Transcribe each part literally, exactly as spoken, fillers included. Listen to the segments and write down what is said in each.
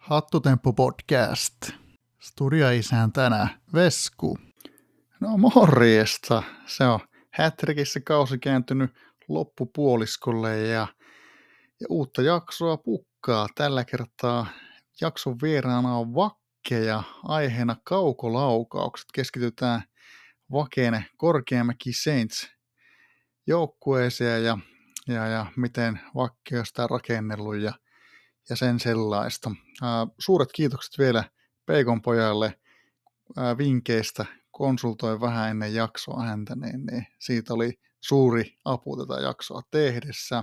Hattutemppu podcast. Studioisäntänä Vesku. No morjesta. Se on Hätrikissä kausi kääntynyt loppupuoliskolle ja, ja uutta jaksoa pukkaa. Tällä kertaa jakson vieraana on Vakke ja aiheena kaukolaukaukset. Keskitytään Vakeen Korkeamäki Saints joukkueeseen ja, ja, ja miten Vakke on sitä rakennellut ja ja sen sellaista. Uh, suuret kiitokset vielä Peikon pojalle uh, vinkkeistä. Konsultoin vähän ennen jaksoa häntä, niin, niin siitä oli suuri apu tätä jaksoa tehdessä.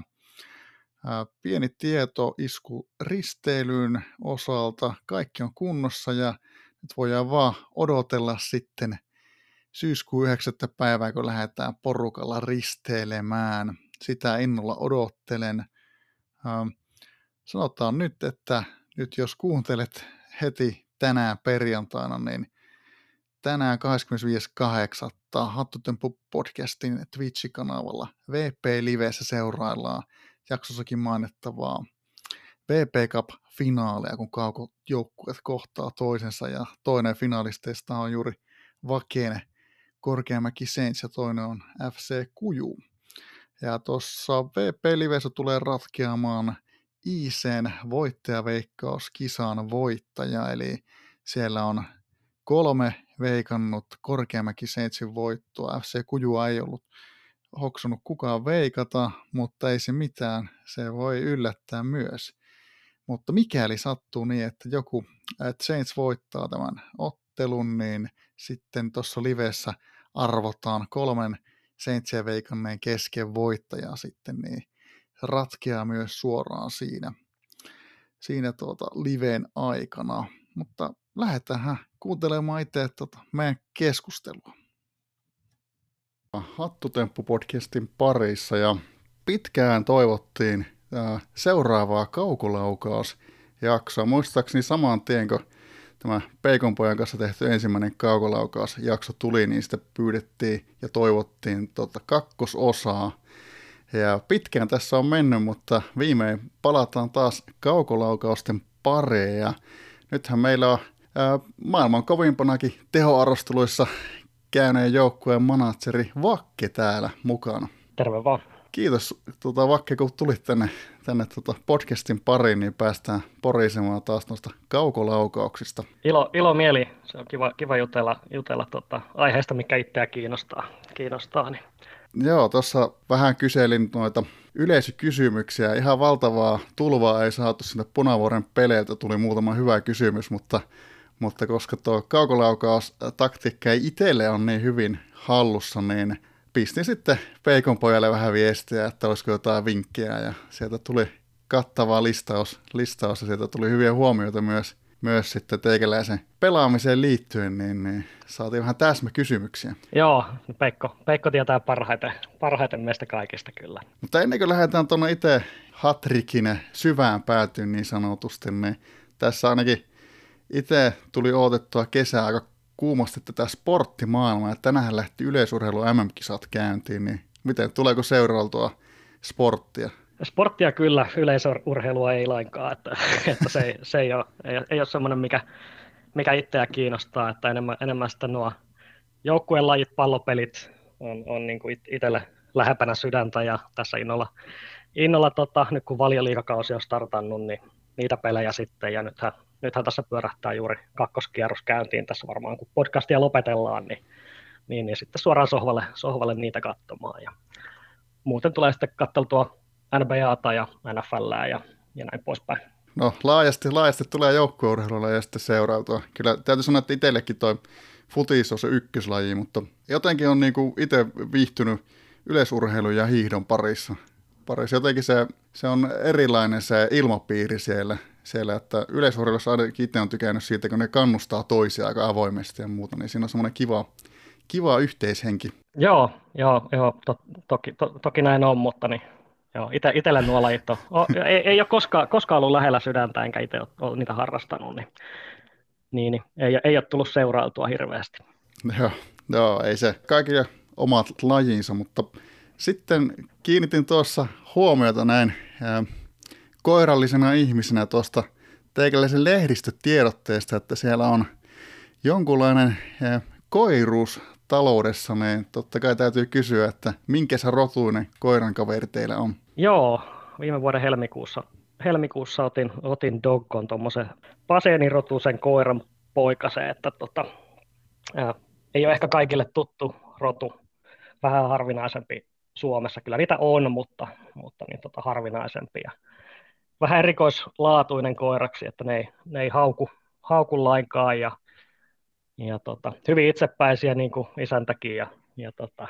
Uh, pieni tieto isku risteilyyn osalta. Kaikki on kunnossa ja nyt voidaan vaan odotella sitten syyskuun yhdeksättä päivää, kun lähdetään porukalla risteilemään. Sitä innolla odottelen. Uh, Sanotaan nyt, että nyt jos kuuntelet heti tänään perjantaina, niin tänään kahdeskymmenesviides kahdeksatta Hattutemppu podcastin Twitch-kanavalla V P-livessä seuraillaan jaksossakin mainittavaa V P Cup-finaaleja, kun kaukojoukkueet kohtaa toisensa, ja toinen finalisteista on juuri Vakeen Korkeamäki Saints ja toinen on F C Kuju. Ja tuossa V P-livessä tulee ratkeamaan I C:n voittajaveikkaus kisan voittaja, eli siellä on kolme veikannut Korkeamäki Saintsin voittoa. F C Kujua ei ollut hoksunut kukaan veikata, mutta ei se mitään, se voi yllättää myös. Mutta mikäli sattuu niin, että joku että Saints voittaa tämän ottelun, niin sitten tuossa livessä arvotaan kolmen Saintsia veikanneen kesken voittajaa sitten, niin ratkeaa myös suoraan siinä, siinä tuota liveen aikana. Mutta lähdetään kuuntelemaan itse tuota meidän keskustelua. Hattutemppu-podcastin parissa ja pitkään toivottiin ää, seuraavaa kaukolaukausjaksoa. Muistaakseni saman tien, kun tämä Peikonpojan kanssa tehty ensimmäinen kaukolaukausjakso tuli, niin sitä pyydettiin ja toivottiin tuota kakkososaa. Ja pitkään tässä on mennyt, mutta viimein palataan taas kaukolaukausten pareen. Ja nythän meillä on ää, maailman kovimpanakin tehoarvosteluissa käyneen joukkueen manageri Vakke täällä mukana. Terve vaan. Kiitos tuota, Vakke, kun tulit tänne, tänne tuota podcastin pariin, niin päästään porisemaan taas noista kaukolaukauksista. Ilo, ilo mieli. Se on kiva, kiva jutella, jutella tuota aiheesta, mikä itseä kiinnostaa. kiinnostaa niin. Joo, tuossa vähän kyselin noita yleisökysymyksiä. Ihan valtavaa tulvaa ei saatu sinne Punavuoren peleiltä. Tuli muutama hyvä kysymys, mutta, mutta koska tuo kaukolaukaustaktiikka ei itselle ole niin hyvin hallussa, niin pistin sitten Peikon pojalle vähän viestiä, että olisiko jotain vinkkejä. Ja sieltä tuli kattava listaus, listaus ja sieltä tuli hyviä huomioita myös, myös sitten teikäläisen pelaamiseen liittyen, niin, niin saatiin vähän täsmäkysymyksiä. Joo, Peikko, Peikko tietää parhaiten, parhaiten meistä kaikista kyllä. Mutta ennen kuin lähdetään tuonne itse Hatrikin syvään päätyyn niin sanotusti, niin tässä ainakin itse tuli odotettua kesää aika kuumasti tätä sporttimaailmaa, ja tänään lähti yleisurheilu M M-kisat käyntiin, niin miten, tuleeko seurailtua sporttia? Sporttia kyllä, yleisurheilua ei lainkaan, että, että se, ei, se ei ole, ei, ei ole semmoinen, mikä, mikä itseä kiinnostaa, että enemmän, enemmän sitten nuo joukkueen lajit, pallopelit on, on niin kuin itselle lähempänä sydäntä, ja tässä innolla, innolla tota, nyt kun Valioliigakausi on startannut, niin niitä pelejä sitten, ja nythän, nythän tässä pyörähtää juuri kakkoskierros käyntiin tässä varmaan, kun podcastia lopetellaan, niin, niin, niin sitten suoraan sohvalle, sohvalle niitä katsomaan, ja muuten tulee sitten katseltua N B A:ta ja N F L:ää ja, ja näin poispäin. No laajasti, laajasti tulee joukkueurheilulla ja sitten seurautua. Kyllä täytyy sanoa, että itsellekin toi futis on se ykköslaji, mutta jotenkin on niinku itse viihtynyt yleisurheilun ja hiihdon parissa. parissa. Jotenkin se, se on erilainen se ilmapiiri siellä, siellä että yleisurheilussa ainakin itse on tykännyt siitä, kun ne kannustaa toisia aika avoimesti ja muuta, niin siinä on semmoinen kiva, kiva yhteishenki. Joo, joo, joo to, toki, to, toki näin on, mutta niin joo, ite, itselle nuo lajit on, o, ei, ei ole koskaan, koskaan ollut lähellä sydäntä, enkä itse ole, ole niitä harrastanut, niin, niin, niin ei, ei ole tullut seurailtua hirveästi. Joo, joo, ei se kaikille omat lajinsa, mutta sitten kiinnitin tuossa huomiota näin ää, koirallisena ihmisenä tuosta teikäläisen lehdistötiedotteesta, että siellä on jonkunlainen koiruus taloudessa, niin totta kai täytyy kysyä, että minkä rotuinen koirankaveri teillä on? Joo, viime vuoden helmikuussa, helmikuussa otin, otin Doggon, tuommoisen pasenirotuisen koiran poikasen, että tota, ää, ei ole ehkä kaikille tuttu rotu, vähän harvinaisempi Suomessa. Kyllä niitä on, mutta, mutta niin tota harvinaisempi ja vähän erikoislaatuinen koiraksi, että ne ei, ne ei hauku, hauku lainkaan ja, ja tota, hyvin itsepäisiä niin kuin isäntäkin ja, ja tota,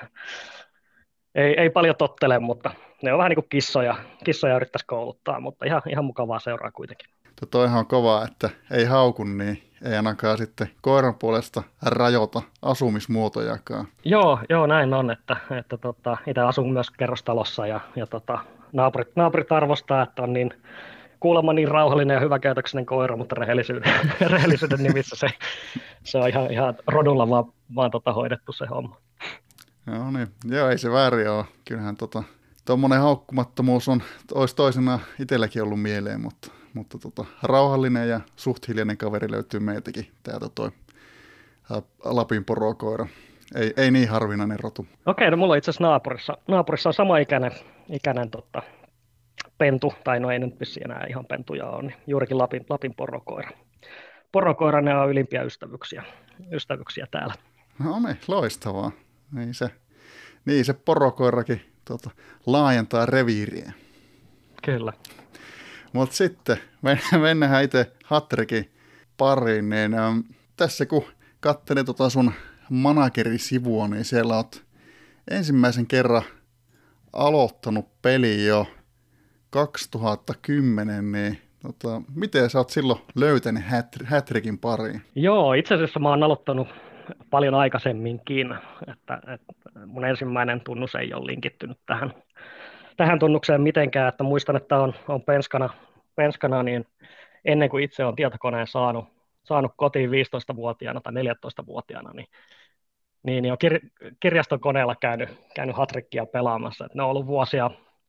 ei, ei paljon tottele, mutta ne on vähän niin kuin kissoja, kissoja yrittäisi kouluttaa, mutta ihan, ihan mukavaa seuraa kuitenkin. Toihan on kovaa, että ei hauku, niin ei ainakaan sitten koiran puolesta rajoita asumismuotojakaan. Joo, joo näin on, että, että tota, itse asun myös kerrostalossa ja, ja tota, naapurit, naapurit arvostaa, että on niin kuulemma niin rauhallinen ja hyväkäytöksinen koira, mutta rehellisyyden, rehellisyyden nimissä se, se on ihan, ihan rodulla vaan, vaan tota hoidettu se homma. Joo niin, joo ei se väärin ole. Kyllähän tota, tuommoinen haukkumattomuus on, olisi toisena itselläkin ollut mieleen, mutta, mutta tota, rauhallinen ja suht hiljainen kaveri löytyy meiltäkin täältä toi ä, Lapin porokoira. Ei, ei niin harvinainen rotu. Okei, no mulla on itse asiassa naapurissa, naapurissa on sama ikäinen, ikäinen tota, pentu, tai no ei nyt vissiin enää ihan pentuja ole, niin juurikin Lapin, Lapin porokoira. Porokoira, ne on ylimpiä ystävyyksiä, ystävyyksiä täällä. No niin, loistavaa. Niin se, niin se porokoirakin tota, laajentaa reviiriä. Kyllä. Mutta sitten mennään itse Hattrickin pariin, niin ähm, tässä kun katselin tota sun managerisivua, niin siellä oot ensimmäisen kerran aloittanut peli jo kaksituhattakymmenen, niin tota, miten sä oot silloin löytänyt Hattrickin pariin? Joo, itse asiassa mä oon aloittanut paljon aikaisemminkin, että, että mun ensimmäinen tunnus ei ole linkittynyt tähän, tähän tunnukseen mitenkään, että muistan, että on, on penskana, penskana, niin ennen kuin itse on tietokoneen saanut, saanut kotiin viisitoistavuotiaana tai neljätoistavuotiaana, niin, niin, niin on kir, kirjaston koneella käynyt, käynyt Hattrickia pelaamassa. Että ne on ollut vuosia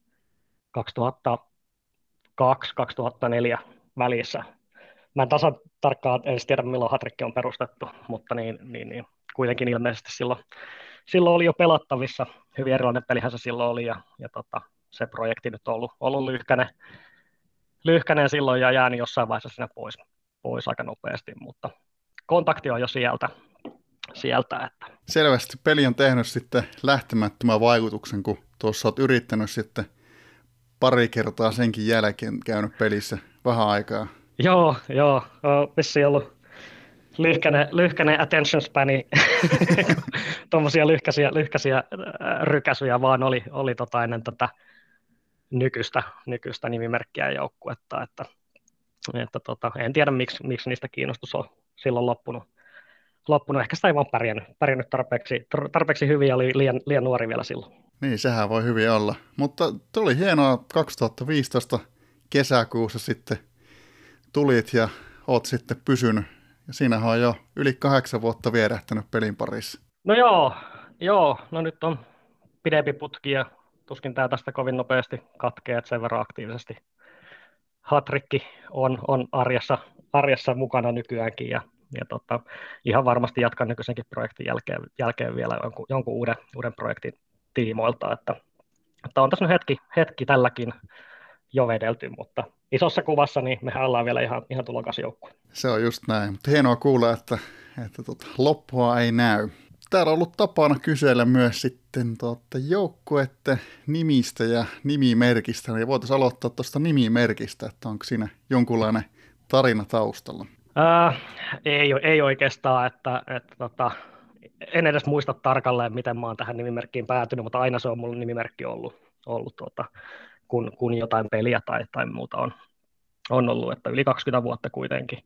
kaksituhattakaksi kaksituhattaneljä välissä. Mä en tasan tarkkaan edes tiedä, milloin Hattrick on perustettu, mutta niin, niin, niin, kuitenkin ilmeisesti silloin, silloin oli jo pelattavissa. Hyvin erilainen pelihän se silloin oli, ja, ja tota, se projekti nyt on ollut, ollut lyhkäinen, lyhkäinen silloin ja jäänyt jossain vaiheessa siinä pois, pois aika nopeasti, mutta kontakti on jo sieltä. sieltä että. Selvästi peli on tehnyt sitten lähtemättömän vaikutuksen, kun tuossa olet yrittänyt sitten pari kertaa senkin jälkeen käynyt pelissä vähän aikaa. Joo, joo. Vissiin ollut lyhkäinen, lyhkäinen attention spani, tuommoisia lyhkäisiä, lyhkäisiä rykäsyjä vaan oli, oli tota ennen tätä nykyistä, nykyistä nimimerkkiä joukkuetta, että, että tota, en tiedä miksi, miksi niistä kiinnostus on silloin loppunut. loppunut. Ehkä sitä ei vaan pärjännyt, pärjännyt tarpeeksi, tarpeeksi hyvin ja oli liian, liian nuori vielä silloin. Niin, sehän voi hyvin olla. Mutta tuli hienoa kaksituhattaviisitoista kesäkuussa sitten tulit ja oot sitten pysynyt. Ja siinähän on jo yli kahdeksan vuotta vierähtänyt pelin parissa. No joo, joo. No nyt on pidempi putki ja tuskin tämä tästä kovin nopeasti katkee, että sen verran aktiivisesti Hattrick on, on arjessa, arjessa mukana nykyäänkin ja, ja tota, ihan varmasti jatkan nykyisenkin projektin jälkeen, jälkeen vielä jonkun, jonkun uuden, uuden projektin tiimoilta, että, että on tässä nyt hetki, hetki tälläkin jo vedelty, mutta isossa kuvassa niin mehän ollaan vielä ihan, ihan tulokasjoukkue. Se on just näin, mutta hienoa kuulla, että, että tota, loppua ei näy. Täällä on ollut tapana kysellä myös sitten tuota, joukkueiden nimistä ja nimimerkistä, niin voitaisiin aloittaa tuosta nimimerkistä, että onko siinä jonkunlainen tarina taustalla? Ää, ei, ei oikeastaan, että, että tota, en edes muista tarkalleen, miten mä oon tähän nimimerkkiin päätynyt, mutta aina se on mulla nimimerkki ollut, ollut tuota, kun, kun jotain peliä tai, tai muuta on, on ollut, että yli kaksikymmentä vuotta kuitenkin.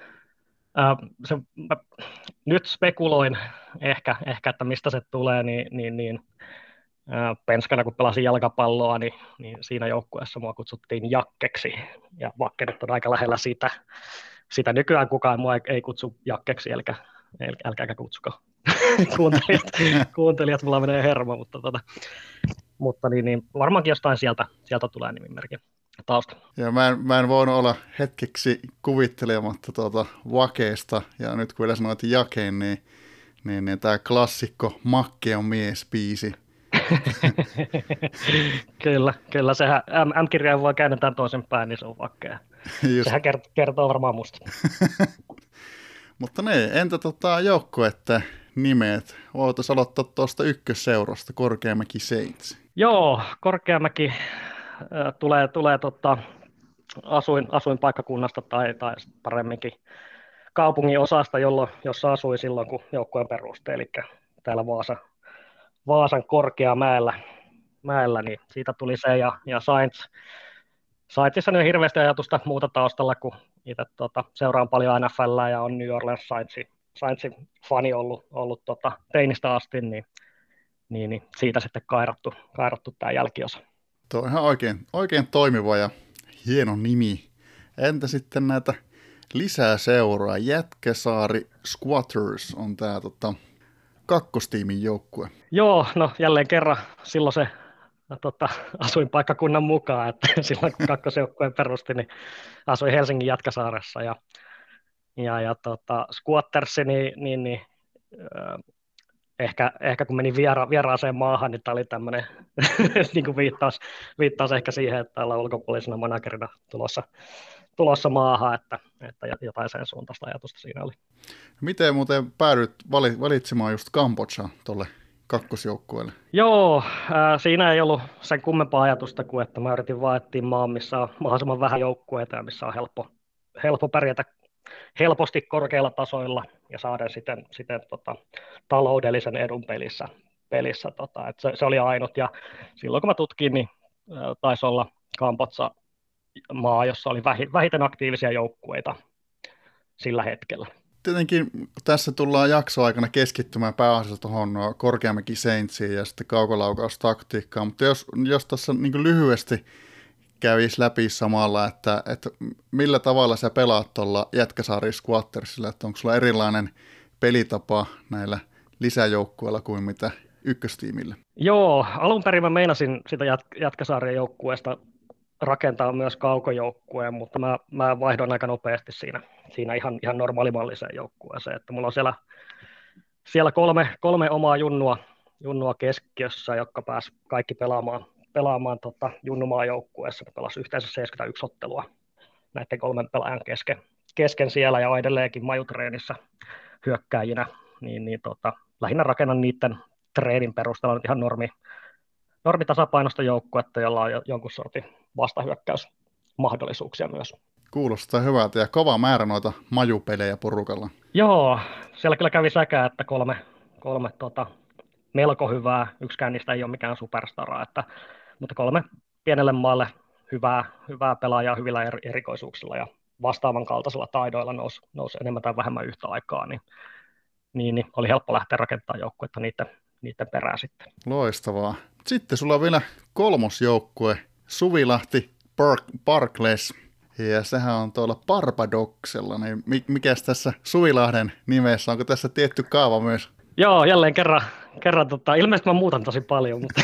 Ää, se, mä nyt spekuloin ehkä, ehkä, että mistä se tulee, niin, niin, niin ää, penskana kun pelasin jalkapalloa, niin, niin siinä joukkueessa mua kutsuttiin Jakkeksi, ja Vakke nyt on aika lähellä sitä. Sitä nykyään kukaan mua ei, ei kutsu Jakkeksi, älkä, älkääkä kutsuko kuuntelijat, kuuntelijat, mulla menee hermo, mutta, tota, mutta niin, niin, varmaankin jostain sieltä, sieltä tulee nimimerkki. tausta. Ja mä en, mä en voinut olla hetkeksi kuvittelematta tuota Vakeesta, ja nyt kun vielä sanoit Jakeen, niin, niin, niin tämä klassikko Makke on mies-biisi. Kyllä, kyllä sehän M- M-kirjaan voi käännetään toisinpäin, niin se on Vakea. Sehän kert- kertoo varmaan musta. Mutta ne, entä tota joukkuette nimet? Voitaisiin aloittaa tuosta ykkösseurasta, Korkeamäki Saints. Joo, Korkeamäki äh, tulee, tulee tota, asuin, asuinpaikkakunnasta tai, tai paremminkin kaupungin osasta, jolloin, jossa asui silloin, kun joukkueen perusti, eli täällä Vaasa, Vaasan Korkeamäellä, mäellä, niin siitä tuli se, ja, ja Saints, Saintsissa on hirveästi ajatusta muuta taustalla, kun itse tota, seuraan paljon N F L ja on New Orleans Saintsin, Saintsin fani ollut, ollut tota, teinistä asti, niin, niin, niin siitä sitten kairattu, kairattu tämä jälkiosa. Tuo on ihan oikein, oikein toimiva ja hieno nimi. Entä sitten näitä lisää seuraa? Jätkäsaari Squatters on tämä tota, kakkostiimin joukkue. Joo, no jälleen kerran silloin se tota, asuinpaikkakunnan mukaan, että silloin kun kakkosjoukkueen perusti, niin asuin Helsingin Jätkäsaaressa ja, ja, ja tota, Squattersi, niin, niin, niin äh, ehkä, ehkä kun menin viera, vieraaseen maahan, niin tämä oli tämmöinen niin kuin viittaus, viittaus ehkä siihen, että ollaan ulkopuolisena managerina tulossa, tulossa maahan, että, että jotain sen suuntaista ajatusta siinä oli. Miten muuten päädyit valitsemaan just Kambodžan tuolle kakkosjoukkueelle? Joo, äh, siinä ei ollut sen kummempaa ajatusta kuin, että mä yritin vaan etsiä maan, missä on mahdollisimman vähän joukkueita ja missä on helppo, helppo pärjätä helposti korkeilla tasoilla ja saada sitten, sitten tota, taloudellisen edun pelissä. pelissä tota, et se, se oli ainut, ja silloin kun mä tutkin, niin äh, taisi olla Kambodža maa, jossa oli vähi, vähiten aktiivisia joukkueita sillä hetkellä. Tietenkin tässä tullaan jaksoaikana keskittymään pääasiassa tuohon Korkeamäki Saintsiin ja sitten kaukolaukaustakttiikkaan, mutta jos, jos tässä niin lyhyesti kävisi läpi samalla, että, että millä tavalla sä pelaat tuolla Jätkäsaari Squattersilla, että onko sulla erilainen pelitapa näillä lisäjoukkueilla kuin mitä ykköstiimillä? Joo, alun perin mä meinasin sitä Jät- Jätkäsaarien joukkueesta rakentaa myös kaukojoukkueen, mutta mä, mä vaihdoin aika nopeasti siinä, siinä ihan, ihan normaalimalliseen joukkueeseen, että mulla on siellä, siellä kolme, kolme omaa junnua, junnua keskiössä, jotka pääsi kaikki pelaamaan, pelaamaan tota, junnumaan joukkueessa. Ne pelasi yhteensä seitsemänkymmentäyksi ottelua näiden kolmen pelaajan kesken, kesken siellä ja on edelleenkin majutreenissä hyökkääjinä, niin, niin tota, lähinnä rakennan niiden treenin perusteella nyt ihan normi, normitasapainosta joukkuetta, jolla on jonkun sortin vastahyökkäysmahdollisuuksia myös. Kuulostaa hyvältä ja kova määrä noita majupelejä porukalla. Joo, siellä kyllä kävi säkä, että kolme, kolme tota, melko hyvää, yksikään niistä ei ole mikään superstara, että, mutta kolme pienelle maalle hyvää, hyvää pelaajaa hyvillä erikoisuuksilla ja vastaavan kaltaisilla taidoilla nousi, nousi enemmän tai vähemmän yhtä aikaa, niin, niin, niin oli helppo lähteä rakentamaan joukkuetta niiden, niiden perään sitten. Loistavaa. Sitten sulla on vielä kolmosjoukkue, Suvilahti Park, Barclays, ja sehän on tuolla Barbadoksella, niin mikäs tässä Suvilahden nimessä, onko tässä tietty kaava myös? Joo, jälleen kerran, kerran tota, ilmeisesti mä muutan tosi paljon, mutta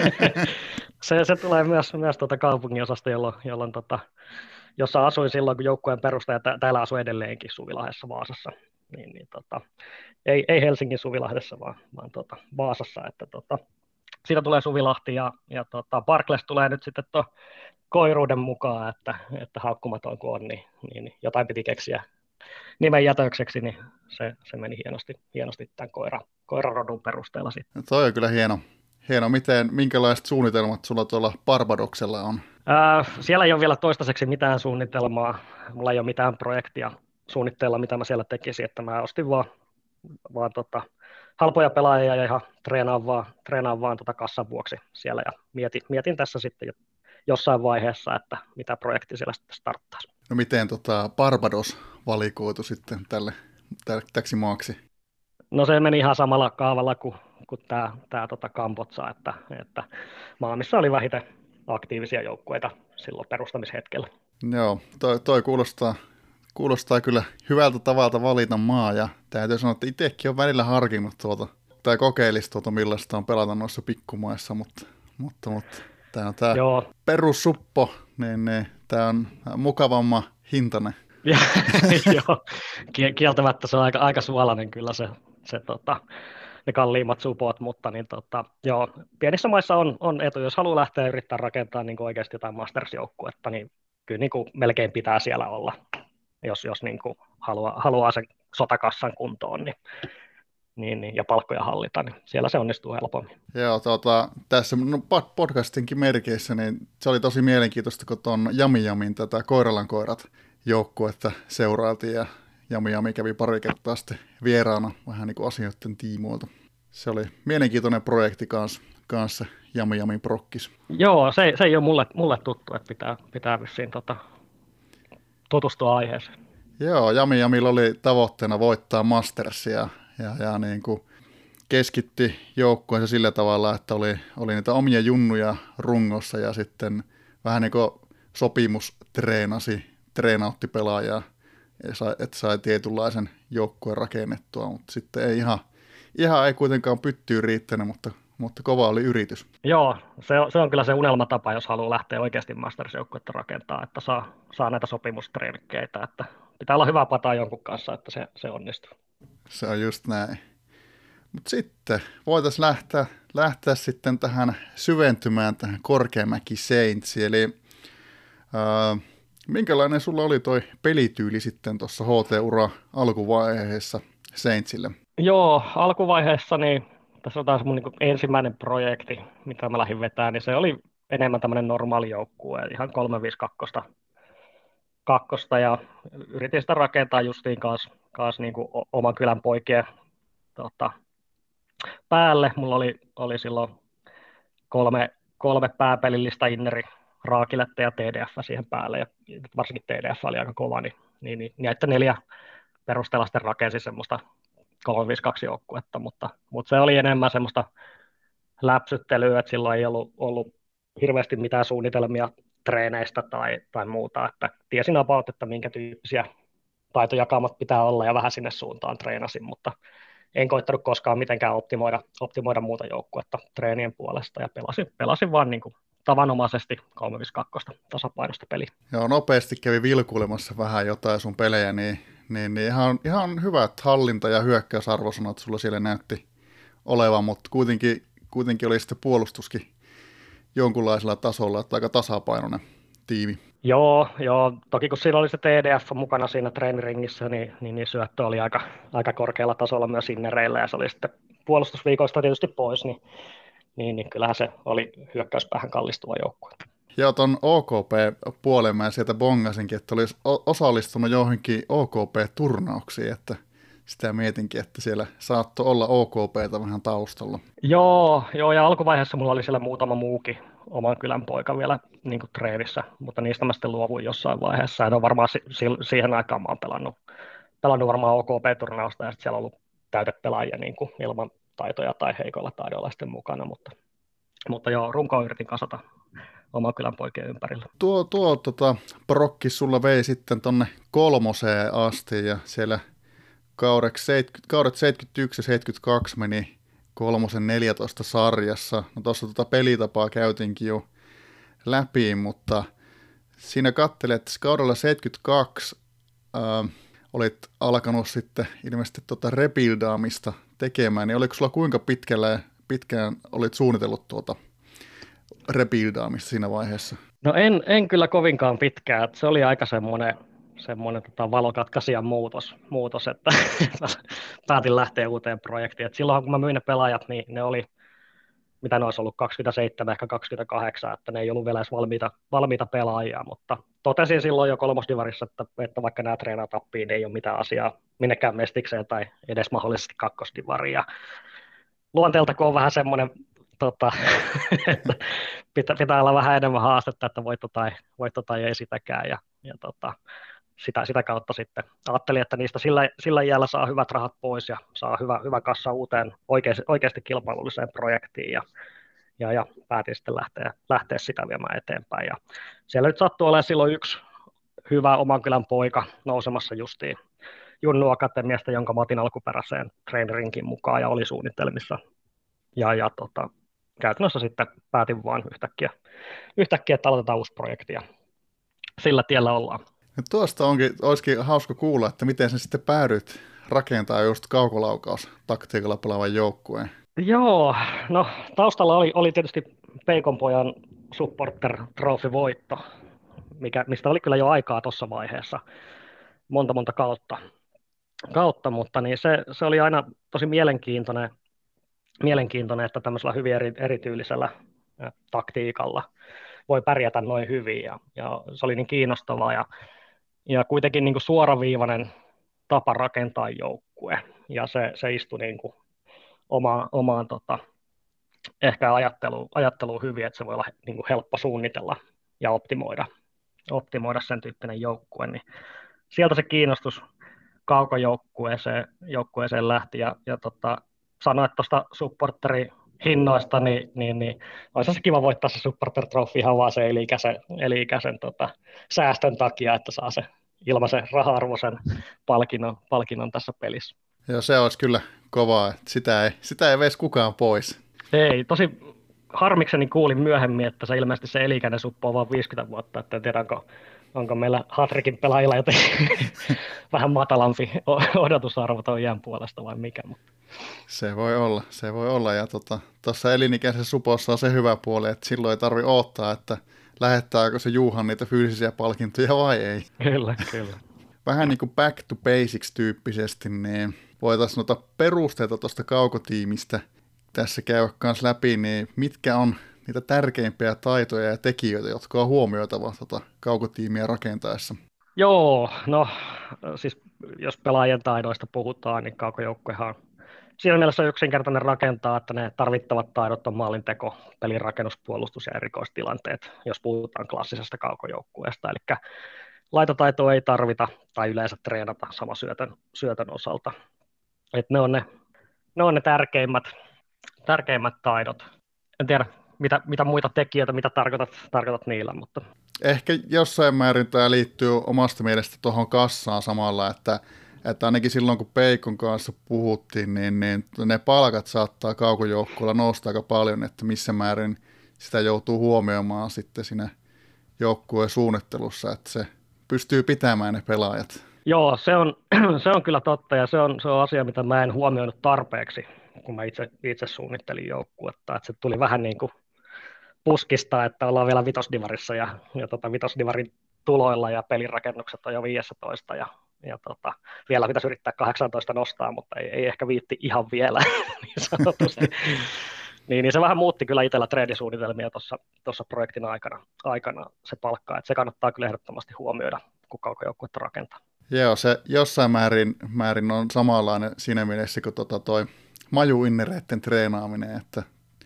se, se tulee myös, myös tuota kaupunginosasta, jolloin, jolloin tota, jossa asuin silloin, kun joukkueen perustaja täällä asui edelleenkin Suvilahdessa Vaasassa. Niin, niin, tota, ei, ei Helsingin Suvilahdessa, vaan, vaan tota, Vaasassa. Että, tota, siitä tulee Suvilahti ja, ja tota, Barclays tulee nyt sitten tuon koiruuden mukaan, että, että haukkumaton kun on, niin, niin, niin jotain piti keksiä nimen jätökseksi, niin se, se meni hienosti, hienosti tämän koira, koirarodun perusteella sitten. No toi on kyllä hieno. Hieno. Miten, minkälaiset suunnitelmat sulla tuolla Barbadoksella on? Ää, siellä ei ole vielä toistaiseksi mitään suunnitelmaa. Mulla ei ole mitään projektia suunnitteilla, mitä mä siellä tekisin, että mä ostin vaan, vaan tota, halpoja pelaajia ja ihan treenaan vaan, treenaan vaan tota kassan vuoksi siellä ja mietin, mietin tässä sitten jossain vaiheessa, että mitä projekti siellä sitten starttaisi. No miten tota Barbados valikoitu sitten tälle täksi maaksi? No se meni ihan samalla kaavalla kuin, kuin tämä, tämä tota Kambodža, että, että maa, missä oli vähiten aktiivisia joukkueita silloin perustamishetkellä. Joo, toi, toi kuulostaa, kuulostaa kyllä hyvältä tavalta valita maa, ja täytyy sanoa, että itsekin on välillä harkinnut tuota, tai kokeilisi tuota, millaista on pelata noissa pikkumaissa, mutta, mutta, mutta tämä on tämä perussuppo niin, niin tämä on mukavamman hintainen. Joo, kieltämättä se on aika, aika suolainen kyllä se, se tota, ne kalliimmat supot, mutta niin, tota, joo, pienissä maissa on, on etu, jos haluaa lähteä yrittää rakentaa niin oikeasti jotain Masters-joukkuetta, niin kyllä niin kuin melkein pitää siellä olla, jos, jos niin kuin haluaa, haluaa sen sotakassan kuntoon niin, niin, niin, ja palkkoja hallita, niin siellä se onnistuu helpommin. Joo, tuota, tässä no, podcastinkin merkeissä, niin se oli tosi mielenkiintoista, kun tuon Jami Jamin tätä Koiralan koirat joukkuetta seurailtiin, ja Jami Jami kävi pari kertaa sitten vieraana vähän niin kuin asioiden tiimoilta. Se oli mielenkiintoinen projekti kanssa, kanssa Jami Jamin prokkis. Joo, se, se ei ole mulle, mulle tuttu, että pitää, pitää vissiin tota, tutustua aiheeseen. Joo, Jami Jamilla oli tavoitteena voittaa Mastersia, ja, ja niin kuin keskitti joukkueensa sillä tavalla, että oli, oli niitä omia junnuja rungossa, ja sitten vähän niin kuin sopimus treenasi, treenautti pelaajaa, että sai tietynlaisen joukkueen rakennettua, mutta sitten ei ihan, ihan ei kuitenkaan pyttyyn riittänyt, mutta, mutta kova oli yritys. Joo, se on, se on kyllä se unelmatapa, jos haluaa lähteä oikeasti Masters-joukkuetta rakentaa, että saa, saa näitä sopimustreenikkeitä, että pitää olla hyvä pataa jonkun kanssa, että se, se onnistuu. Se on just näin. Mutta sitten voitaisiin lähteä, lähteä sitten tähän syventymään tähän Korkeamäki Saintsiin, eli ää, minkälainen sulla oli toi pelityyli sitten tuossa H T-ura alkuvaiheessa Saintsille? Joo, alkuvaiheessa niin tässä on taas mun niin ensimmäinen projekti, mitä mä lähdin vetämään, niin se oli enemmän tämmöinen normaali joukkue, ihan kolme viisi kaksi kakkosta, ja yritin sitä rakentaa justiin kanssa, kanssa niin kuin oman kylän poikien tota, päälle. Mulla oli, oli silloin kolme, kolme pääpelillistä inneri, Raakiletta ja T D F siihen päälle, ja varsinkin T D F oli aika kova, niin, niin, niin näitä neljä perusteella sitten rakensi semmoista kolme viisi kaksi joukkuetta, mutta, mutta se oli enemmän semmoista läpsyttelyä, että silloin ei ollut, ollut hirveästi mitään suunnitelmia treeneistä tai, tai muuta, että tiesin about, että minkä tyyppisiä taitojakamat pitää olla ja vähän sinne suuntaan treenasin, mutta en koittanut koskaan mitenkään optimoida, optimoida muuta joukkuetta treenien puolesta ja pelasin, pelasin vaan niin kuin tavanomaisesti kolme viisi kaksi tasapainosta peliä. Joo, nopeasti kävi vilkuilemassa vähän jotain sun pelejä, niin, niin, niin ihan, ihan hyvät hallinta- ja hyökkäysarvosanat sulla siellä näytti olevan, mutta kuitenkin, kuitenkin oli sitten puolustuskin jonkunlaisella tasolla, että aika tasapainoinen tiimi. Joo, joo, toki kun siinä oli se T D F mukana siinä treeniringissä, niin, niin, niin syöttö oli aika, aika korkealla tasolla myös innereillä, ja se oli sitten puolustusviikoista tietysti pois, niin, niin, niin kyllähän se oli hyökkäyspäähän kallistuva joukkue. Joo, ton O K P-puolen mä sieltä bongasinkin, että olisi osallistunut johonkin O K P-turnauksiin, että sitä mietinkin, että siellä saattoi olla O K P:tä vähän taustalla. Joo, joo, ja alkuvaiheessa mulla oli siellä muutama muukin oman kylän poika vielä niin kuin treenissä, mutta niistä mä sitten luovuin jossain vaiheessa, ja ne on varmaan si- si- siihen aikaan mä oon pelannut, pelannut varmaan O K P-turnausta, ja sitten siellä on ollut täytepelaajia niin kuin ilman taitoja tai heikoilla taidoilla sitten mukana, mutta, mutta joo, runkoa yritin kasata oman kylän poikien ympärillä. Tuo, tuo tota, prokki sulla vei sitten tonne kolmoseen asti, ja siellä kaudet seitsemänkymmentäyksi ja seitsemänkymmentäkaksi meni kolmosen neljätoista sarjassa. No tuossa tuota pelitapaa käytiinkin jo läpi, mutta siinä katselin, että kaudella seitsemänkymmentäkaksi ää, olit alkanut sitten ilmeisesti tuota rebuildaamista tekemään, niin oliko sulla kuinka pitkällä, pitkään olit suunnitellut tuota rebuildaamista siinä vaiheessa? No en, en kyllä kovinkaan pitkään, se oli aika semmoinen semmoinen tota, valokatkaisijan muutos, muutos, että päätin lähteä uuteen projektiin. Et silloin kun mä myin ne pelaajat, niin ne oli, mitä ne olisi ollut, kaksikymmentäseitsemän, ehkä kaksikymmentäkahdeksan, että ne ei ollut vielä edes valmiita, valmiita pelaajia, mutta totesin silloin jo kolmosdivarissa, että, että vaikka nämä treenaa tappiin, niin ei ole mitään asiaa minnekään mestikseen tai edes mahdollisesti kakkosdivariin. Luonteelta kun on vähän semmoinen, tota, että pitää, pitää olla vähän enemmän haastetta, että voitto tai, voitto tai ei sitäkään, ja, ja tota, Sitä, sitä kautta sitten ajattelin, että niistä sillä, sillä iällä saa hyvät rahat pois ja saa hyvä, hyvä kassa uuteen oikeasti, oikeasti kilpailulliseen projektiin, ja, ja, ja päätin sitten lähteä, lähteä sitä viemään eteenpäin. Ja siellä nyt sattui olemaan silloin yksi hyvä oman kylän poika nousemassa justiin Junnu Akatemiasta, jonka mä otin alkuperäiseen treenerinkin mukaan ja oli suunnitelmissa. Ja, ja tota, käytännössä sitten päätin vaan yhtäkkiä, yhtäkkiä, että aloitetaan uusi projekti, ja sillä tiellä ollaan. Ja tuosta onkin, olisikin hauska kuulla, että miten sä sitten päädyit rakentaa just kaukolaukaus taktiikalla pelaavan joukkueen. Joo, no taustalla oli, oli tietysti Peikonpojan Supporter Trophy-voitto, mikä, mistä oli kyllä jo aikaa tuossa vaiheessa, monta monta kautta, kautta mutta niin se, se oli aina tosi mielenkiintoinen, mielenkiintoinen että tämmöisellä hyvin eri, erityylisellä ä, taktiikalla voi pärjätä noin hyvin, ja, ja se oli niin kiinnostavaa, ja, ja kuitenkin niin kuin suoraviivainen tapa rakentaa joukkue, ja se, se istui niin kuin oma, omaan tota, ehkä ajattelu, ajattelu hyvin, että se voi olla niin kuin helppo suunnitella ja optimoida, optimoida sen tyyppinen joukkue, niin sieltä se kiinnostus kaukojoukkueeseen joukkueeseen lähti, ja, ja tota, sanoit tuosta supporterihinnoista, niin, niin, niin olisi se kiva voittaa se supporter trophy ihan vaan se eli-ikäisen, eli-ikäisen tota, säästön takia, että saa se ilmaisen raha-arvoisen palkinnon, palkinnon tässä pelissä. Joo, se olisi kyllä kovaa, että sitä ei, sitä ei veisi kukaan pois. Ei, tosi harmikseni kuulin myöhemmin, että se ilmeisesti se elikäinen suppo on vain viisikymmentä vuotta, että en tiedä, onko, onko meillä Hatrikin pelaajilla jotenkin vähän matalampi odotusarvo tuon iän puolesta vai mikä. Mutta. Se voi olla, se voi olla. Ja tuossa tota, elinikäisessä supossa on se hyvä puoli, että silloin ei tarvitse odottaa, että lähettääkö se Juhan niitä fyysisiä palkintoja vai ei. Kyllä, kyllä. Vähän niin kuin back to basics tyyppisesti, niin voitaisiin noita perusteita tuosta kaukotiimistä tässä käydä kanssa läpi, niin mitkä on niitä tärkeimpiä taitoja ja tekijöitä, jotka on huomioitava tuota kaukotiimiä rakentaessa? Joo, no siis jos pelaajien taidoista puhutaan, niin kaukojoukkuehan on siinä mielessä yksinkertainen rakentaa, että ne tarvittavat taidot on maalinteko, pelin rakennus, puolustus ja erikoistilanteet, jos puhutaan klassisesta kaukojoukkueesta. Eli laitotaitoa ei tarvita tai yleensä treenata sama syötön, syötön osalta. Et ne on ne, ne on ne tärkeimmät, tärkeimmät taidot. En tiedä, mitä, mitä muita tekijöitä, mitä tarkoitat, tarkoitat niillä, mutta... Ehkä jossain määrin tämä liittyy omasta mielestä tuohon kassaan samalla, että, että ainakin silloin kun Peikon kanssa puhuttiin, niin, niin ne palkat saattaa kaukojoukkueella nousta aika paljon, että missä määrin sitä joutuu huomioimaan sitten siinä joukkueen suunnittelussa, että se pystyy pitämään ne pelaajat. Joo, se on, se on kyllä totta, ja se on, se on asia, mitä mä en huomioinut tarpeeksi, kun mä itse, itse suunnittelin joukkuetta, että se tuli vähän niin kuin puskista, että ollaan vielä vitosdivarissa, ja, ja tota, vitosdivarin tuloilla, ja pelirakennukset on jo viisitoista, ja, ja tota, vielä pitäisi yrittää kahdeksantoista nostaa, mutta ei, ei ehkä viitti ihan vielä, niin sanotusti. Niin, niin se vähän muutti kyllä itsellä treendisuunnitelmia tuossa projektin aikana, aikana se palkka, että se kannattaa kyllä ehdottomasti huomioida, kun kaukojoukkuetta rakentaa. Joo, se jossain määrin, määrin on samanlainen siinä mielessä kuin tota toi majuinnereiden treenaaminen, että,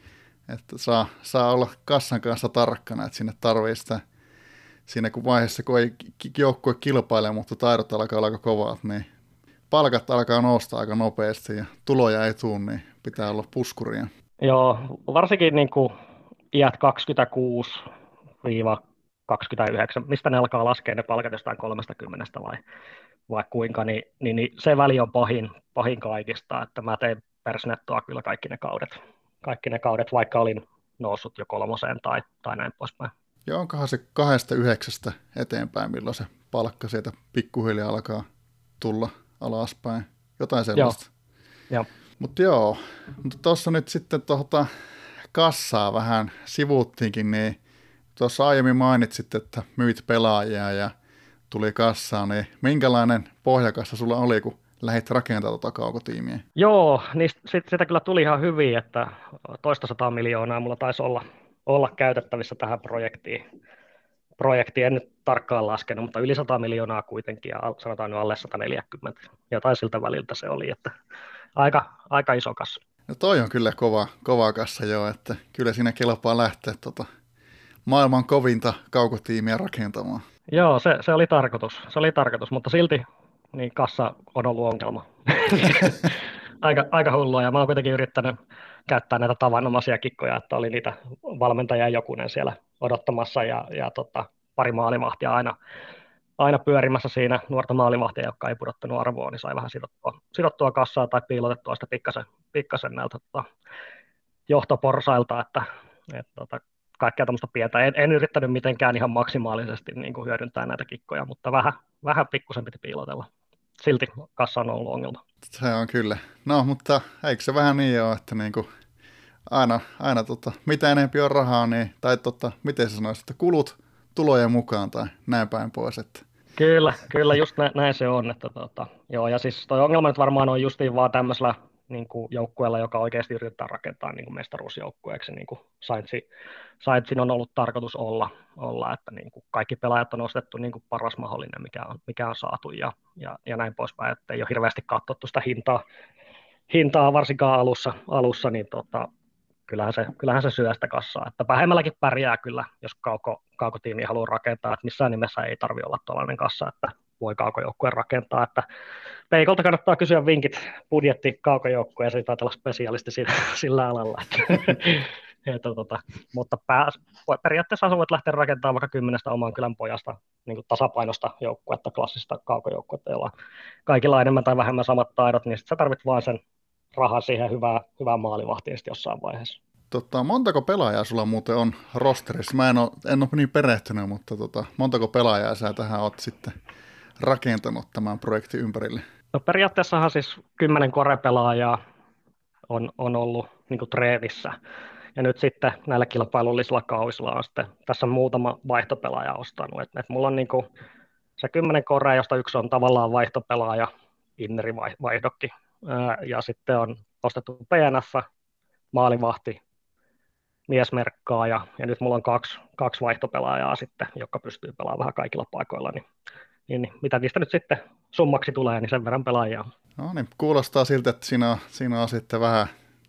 että saa, saa olla kassan kanssa tarkkana, että sinne tarvii sitä, siinä kun vaiheessa, kun ei joukkue kilpaile, mutta taidot alkaa olla aika kovat, niin palkat alkaa nousta aika nopeasti ja tuloja ei tule, niin pitää olla puskuria. Joo, varsinkin niin kuin iät kaksikymmentäkuusi kaksikymmentäyhdeksän, mistä ne alkaa laskea ne palkat jostain kolmekymmentä vai, vai kuinka, niin, niin, niin se väli on pahin, pahin kaikista, että mä tein persnettoa kyllä kaikki ne kaudet, kaikki ne kaudet, vaikka olin noussut jo kolmoseen tai, tai näin poispäin. Joo, onkohan se kahdesta yhdeksästä eteenpäin, milloin se palkka sieltä pikkuhiljaa alkaa tulla alaspäin, jotain sellaista. Joo. Mutta joo, mutta tuossa nyt sitten tuota kassaa vähän sivuuttiinkin, niin tuossa aiemmin mainitsit, että myit pelaajia ja tuli kassaan, niin minkälainen pohjakassa sulla oli, kun lähdit rakentamaan tuota kaukotiimiä? Joo, niin sit, sitä kyllä tuli ihan hyvin, että toista sataa miljoonaa mulla taisi olla, olla käytettävissä tähän projektiin. Projekti en nyt tarkkaan laskenut, mutta yli sata miljoonaa kuitenkin, ja sanotaan nyt alle sata neljäkymmentä, jotain siltä väliltä se oli, että aika, aika iso kassa. No toi on kyllä kova, kova kassa jo, että kyllä siinä kelpaa lähteä tota maailman kovinta kaukotiimiä rakentamaan. Joo, se, se oli tarkoitus, se oli tarkoitus, mutta silti niin kassa on ollut ongelma. aika, aika hullua, ja mä oon kuitenkin yrittänyt käyttää näitä tavanomaisia kikkoja, että oli niitä valmentajia jokunen siellä odottamassa, ja, ja tota, pari maalivahtia aina, aina pyörimässä siinä, nuorta maalivahtia, jotka ei pudottanut arvoon, niin sai vähän sidottua, sidottua kassaa tai piilotettua sitä pikkasen, pikkasen näiltä tota, johtoporsailta, että et, tota, kaikkea tämmöistä pientä. En, en yrittänyt mitenkään ihan maksimaalisesti niin kuin hyödyntää näitä kikkoja, mutta vähän, vähän pikkusen piti piilotella. Silti kassa on ollut ongelma. Se on kyllä. No, mutta eikö se vähän niin ole, että niinku aina, aina tota, mitä enempi on rahaa, niin, tai tota, miten sä sanoisit, että kulut tulojen mukaan tai näin päin pois. Että. Kyllä, kyllä just nä, näin se on. Että tota, joo, ja siis toi ongelma nyt varmaan on justiin vaan tämmöisellä niin kuin joukkueella, joka oikeasti yrittää rakentaa niin kuin mestaruusjoukkueeksi, niin kuin Saintsi, Saintsin on ollut tarkoitus olla, olla että niin kuin kaikki pelaajat on ostettu niin kuin paras mahdollinen, mikä on, mikä on saatu, ja, ja, ja näin poispäin, että ei ole hirveästi katsottu sitä hintaa, hintaa varsinkaan alussa, alussa niin tota, kyllähän se, kyllähän se syö sitä kassaa, että vähemmälläkin pärjää kyllä, jos kauko, kaukotiimi haluaa rakentaa, että missään nimessä ei tarvitse olla tuollainen kassa, että voi kaukojoukkueen rakentaa, että Peikolta kannattaa kysyä vinkit budjetti kaukojoukkueen, ja siitä taitaa olla spesialisti sillä, sillä alalla, että, että, tota, mutta pää, periaatteessa voit lähteä rakentamaan vaikka kymmenestä oman kylän pojasta niin kuin tasapainosta joukkuetta, klassista kaukojoukkuetta, jolla kaikilla on enemmän tai vähemmän samat taidot, niin sitten sä tarvit vaan sen rahan siihen hyvää, hyvää maalivahtiin jossain vaiheessa. Tota, montako pelaajaa sulla muuten on rosterissa? Mä en ole, en ole niin perehtynyt, mutta tota, montako pelaajaa sä tähän oot sitten rakentanut tämän projektin ympärille? No periaatteessahan siis kymmenen korepelaajaa on, on ollut niin kuin treenissä. Ja nyt sitten näillä kilpailullisilla kausilla on sitten tässä muutama vaihtopelaaja ostanut. Et, et mulla on niin kuin se kymmenen korea, josta yksi on tavallaan vaihtopelaaja, inneri-vaihdokki. Ja sitten on ostettu P N F, maalivahti, miesmerkkaaja, ja nyt mulla on kaksi, kaksi vaihtopelaajaa sitten, jotka pystyy pelaamaan vähän kaikilla paikoilla, niin, niin, niin mitä niistä nyt sitten summaksi tulee, niin sen verran pelaajia. No niin, kuulostaa siltä, että siinä on, siinä on sitten vähän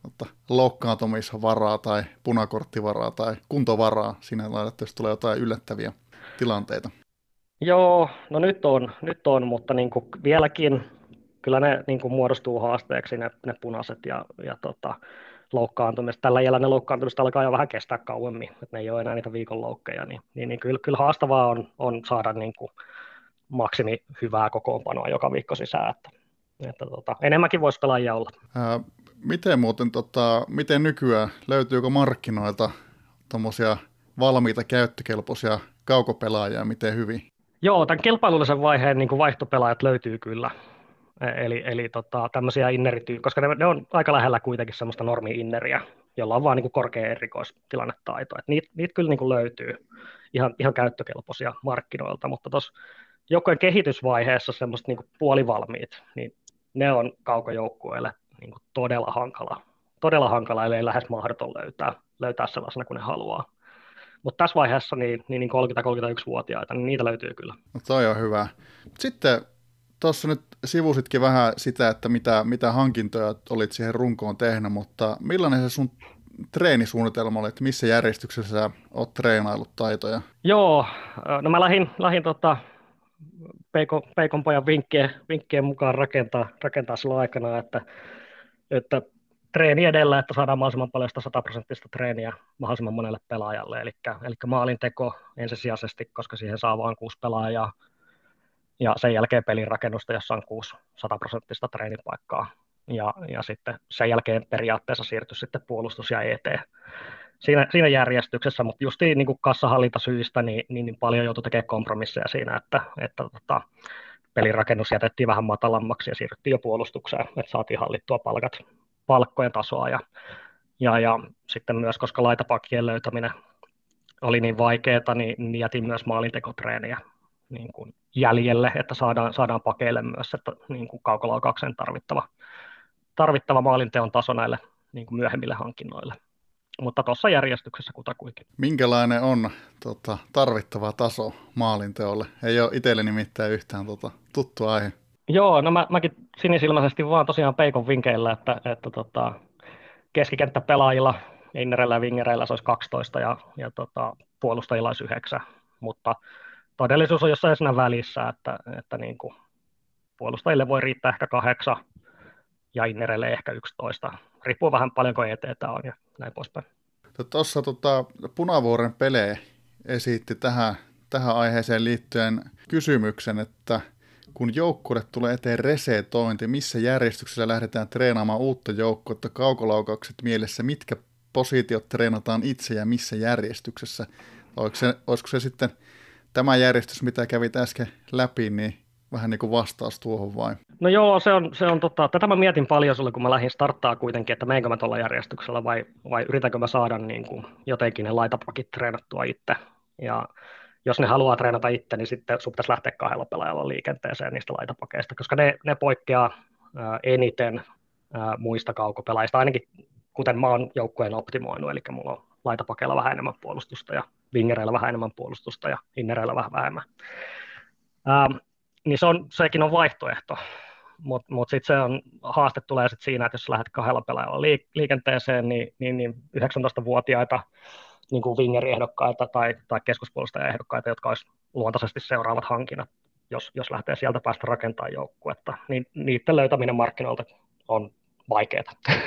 loukkaantumisvaraa tai punakorttivaraa tai kuntovaraa siinä lailla, jos tulee jotain yllättäviä tilanteita. Joo, no nyt on, nyt on mutta niin kuin vieläkin kyllä ne niin kuin muodostuu haasteeksi ne, ne punaiset ja, ja tota, loukkaantumista. Tällä iällä ne loukkaantumista alkaa jo vähän kestää kauemmin, että ne ei ole enää niitä viikonloukkeja, niin, niin, niin kyllä, kyllä haastavaa on, on saada niin kuin maksimi hyvää kokoonpanoa joka viikko sisään, että, että tota, enemmänkin voisi pelaajia olla. Ää, miten muuten, tota, miten nykyään, löytyykö markkinoilta tuommoisia valmiita käyttökelpoisia kaukopelaajia, miten hyvin? Joo, tämän kilpailullisen vaiheen niin kuin vaihtopelaajat löytyy kyllä. Eli, eli tota, tämmöisiä innerityy, koska ne, ne on aika lähellä kuitenkin semmoista normi-inneriä, jolla on vaan niin kuin korkea erikoistilannetaito. Et niitä, niitä kyllä niin kuin löytyy ihan, ihan käyttökelpoisia markkinoilta, mutta tuossa joukkojen kehitysvaiheessa semmoista niin kuin puolivalmiit, niin ne on kaukojoukkueille niin kuin todella hankala, todella hankala, eli ei lähes mahdoton löytää, löytää sellaisena kuin ne haluaa. Mutta tässä vaiheessa niin, niin, niin kolmekymmentä-kolmekymmentäyksivuotiaita, niin niitä löytyy kyllä. No toi on hyvä. Sitten tuossa nyt sivusitkin vähän sitä, että mitä, mitä hankintoja olit siihen runkoon tehnyt, mutta millainen se sun treenisuunnitelma oli, että missä järjestyksessä sä oot treenaillut taitoja? Joo, no mä lähdin, lähdin tota Peikon, Peikon pojan vinkkien, vinkkien mukaan rakentaa, rakentaa silloin aikana, että, että treeni edellä, että saadaan mahdollisimman paljon sitä sataprosenttista treeniä mahdollisimman monelle pelaajalle, eli, eli maalinteko ensisijaisesti, koska siihen saa vain kuusi pelaajaa, ja sen jälkeen pelin rakennusta, jossa on kuusi sataprosenttista treenipaikkaa, ja, ja sitten sen jälkeen periaatteessa siirtyi sitten puolustus ja E T siinä, siinä järjestyksessä, mutta justiin niin kuin kassahallintasyistä niin, niin, niin paljon joutui tekemään kompromisseja siinä, että, että tota, pelin rakennus jätettiin vähän matalammaksi ja siirryttiin jo puolustukseen, että saatiin hallittua palkat, palkkojen tasoa, ja, ja, ja sitten myös, koska laitapakkien löytäminen oli niin vaikeaa, niin, niin jätin myös maalintekotreeniä niin kuin jäljelle, että saadaan, saadaan pakeille myös että, niin kuin kaukolaukauksen tarvittava, tarvittava maalinteon taso näille niin kuin myöhemmille hankinnoille. Mutta tuossa järjestyksessä kutakuinkin. Minkälainen on tota, tarvittava taso maalinteolle? Ei ole itselle nimittäin yhtään tota, tuttu aihe. Joo, no mä, mäkin sinisilmäisesti vaan tosiaan Peikon vinkeillä, että, että tota, keskikenttäpelaajilla, innereillä ja vingereillä se olisi kaksitoista ja, ja tota, puolustajilla olisi yhdeksän, mutta todellisuus on jossain siinä välissä, että, että niin kuin puolustajille voi riittää ehkä kahdeksan ja innereille ehkä yksitoista. Riippuu vähän paljonko E T:tä on ja näin poispäin. Tuossa tota, Punavuoren Pele esitti tähän, tähän aiheeseen liittyen kysymyksen, että kun joukkueelle tulee eteen resetointi, missä järjestyksessä lähdetään treenaamaan uutta joukkuetta, kaukolaukaukset mielessä, mitkä positiot treenataan itse ja missä järjestyksessä? Olisiko se, olisiko se sitten tämä järjestys, mitä kävit äsken läpi, niin vähän niin kuin vastaus tuohon vai? No joo, se on, se on tota, tätä mä mietin paljon sulle, kun mä lähdin starttaa kuitenkin, että meinkö mä tuolla järjestyksellä vai, vai yritänkö mä saada niin kuin jotenkin ne laitapakit treenattua itse. Ja jos ne haluaa treenata itse, niin sitten sun pitäisi lähteä kahdella pelaajalla liikenteeseen niistä laitapakeista, koska ne, ne poikkeaa ää, eniten ää, muista kaukopelaajista, ainakin kuten mä oon joukkueen optimoinut, eli mulla on laitapakeilla vähän enemmän puolustusta ja wingereillä vähän enemmän puolustusta ja innereillä vähän vähemmän. Ää, niin se on, sekin on vaihtoehto, mutta mut sitten se on, haaste tulee sit siinä, että jos lähdet kahdella pelaajalla liikenteeseen, niin, niin, niin yhdeksäntoistavuotiaita niin kuin wingeriehdokkaita tai, tai keskuspuolustajaehdokkaita, jotka olisi luontaisesti seuraavat hankinnat, jos, jos lähtee sieltä päästä rakentamaan joukkuetta, niin niiden löytäminen markkinoilta on vaikeaa.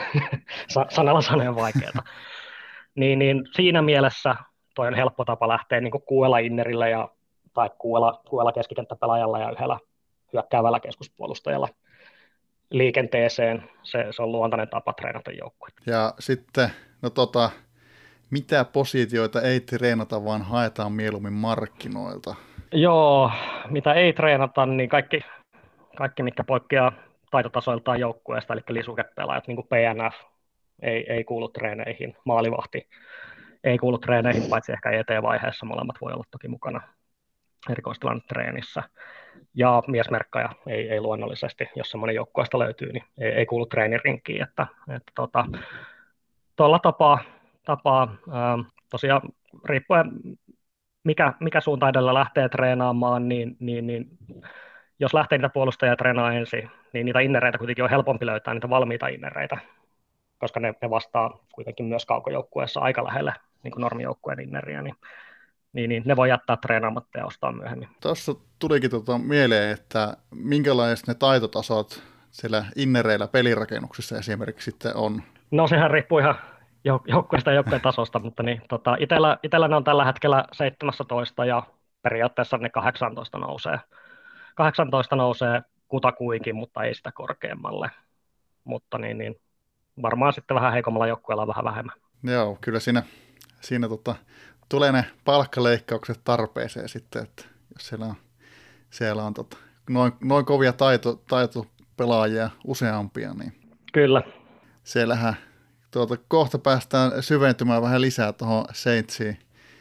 Sanalla sanoen vaikeaa. Niin, niin siinä mielessä toi on helppo tapa lähteä niin kuin kuuella innerillä ja, tai kuuella, kuuella keskikenttäpelaajalla ja yhdellä hyökkäävällä keskuspuolustajalla liikenteeseen. Se, se on luontainen tapa treenata joukkuetta. Ja sitten, no tota, mitä positioita ei treenata, vaan haetaan mieluummin markkinoilta? Joo, mitä ei treenata, niin kaikki, kaikki mitkä poikkeaa taitotasoiltaan joukkueesta, eli lisukepelaajat, niin kuin P N F, ei, ei kuulu treeneihin, maalivahti ei kuulu treeneihin, paitsi ehkä E T-vaiheessa, molemmat voi olla toki mukana erikoistilannetreenissä. Ja miesmerkkaja ei, ei luonnollisesti, jos semmoinen joukkueesta löytyy, niin ei, ei kuulu treenirinkiin, että, että tota, tuolla tapaa, tapaa ää, tosiaan riippuen mikä, mikä suunta edellä lähtee treenaamaan, niin, niin, niin jos lähtee niitä puolustajia treenaa ensin, niin niitä innereitä kuitenkin on helpompi löytää, niitä valmiita innereitä, koska ne, ne vastaa kuitenkin myös kaukojoukkueessa aika lähelle niin kuin normijoukkueen inneriä, niin, niin, niin ne voi jättää treenaamatta ja ostaa myöhemmin. Tuossa tulikin tuota mieleen, että minkälaiset ne taitotasot siellä innereillä pelirakennuksissa esimerkiksi sitten on? No sehän riippuu ihan joukkueesta ja joukkueen tasosta, mutta niin, tota, itellä, itellä ne on tällä hetkellä seitsemäntoista ja periaatteessa ne kahdeksantoista nousee. kahdeksantoista nousee kutakuinkin, mutta ei sitä korkeammalle, mutta niin, niin varmaan sitten vähän heikommalla joukkueella vähän vähemmän. Joo, kyllä siinä, siinä tota, tulee ne palkkaleikkaukset tarpeeseen sitten, että jos siellä on, siellä on tota, noin, noin kovia taito, taitopelaajia useampia, niin kyllä. Siellähän tuota, kohta päästään syventymään vähän lisää tuohon Saintsiin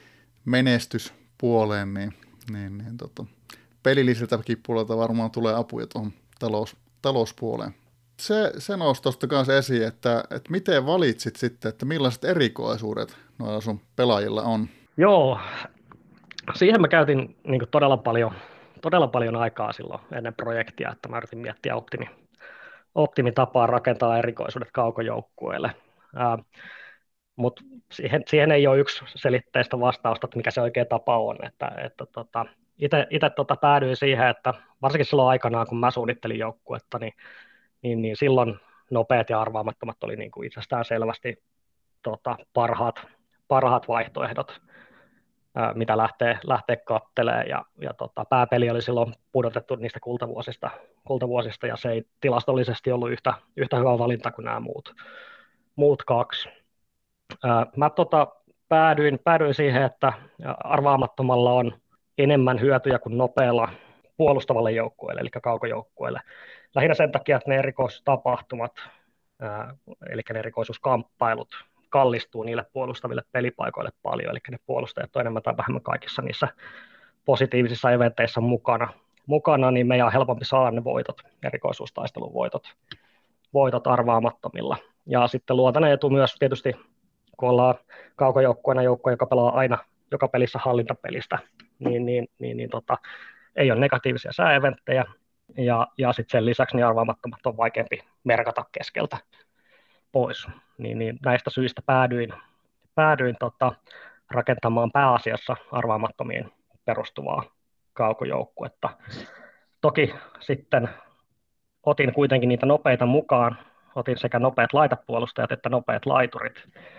menestyspuoleen, niin, niin, niin tota, pelilliseltäkin puolelta varmaan tulee apuja tuohon talous, talouspuoleen. Se, se nousi tuosta kanssa esiin, että, että miten valitsit sitten, että millaiset erikoisuudet noilla sun pelaajilla on? Joo, siihen mä käytin niin kuin todella, paljon, todella paljon aikaa silloin ennen projektia, että mä yritin miettiä optimi, optimitapaa rakentaa erikoisuudet kaukojoukkueelle. Ää, mutta siihen, siihen ei ole yksi selitteistä vastausta, että mikä se oikea tapa on. Että, että tota, itse tota päädyin siihen, että varsinkin silloin aikanaan, kun mä suunnittelin joukkuetta, niin, niin, niin silloin nopeat ja arvaamattomat oli niin kuin itsestään selvästi tota, parhaat, parhaat vaihtoehdot, ää, mitä lähtee, lähtee kattelemaan. Ja, ja tota, pääpeli oli silloin pudotettu niistä kultavuosista, kultavuosista ja se ei tilastollisesti ollut yhtä, yhtä hyvä valinta kuin nämä muut, muut kaksi. Ää, mä tota, päädyin, päädyin siihen, että arvaamattomalla on enemmän hyötyjä kuin nopealla puolustavalle joukkueelle, eli kaukojoukkueelle. Lähinnä sen takia, että ne erikoistapahtumat, ää, eli ne erikoisuuskamppailut, kallistuu niille puolustaville pelipaikoille paljon, eli ne puolustajat on enemmän tai vähemmän kaikissa niissä positiivisissa eventeissä mukana, mukana niin meidän on helpompi saada ne voitot, erikoisuustaistelun voitot, voitot arvaamattomilla. Ja sitten luontainen etu myös tietysti, kun ollaan kaukojoukkueena joukko, joka pelaa aina joka pelissä hallintapelistä, niin, niin, niin, niin tota, ei ole negatiivisia sääeventtejä, ja, ja sitten sen lisäksi niin arvaamattomat on vaikeampi merkata keskeltä pois. Niin, niin näistä syistä päädyin, päädyin tota, rakentamaan pääasiassa arvaamattomiin perustuvaa kaukojoukkuetta. Toki sitten otin kuitenkin niitä nopeita mukaan, otin sekä nopeat laitapuolustajat että nopeat laiturit.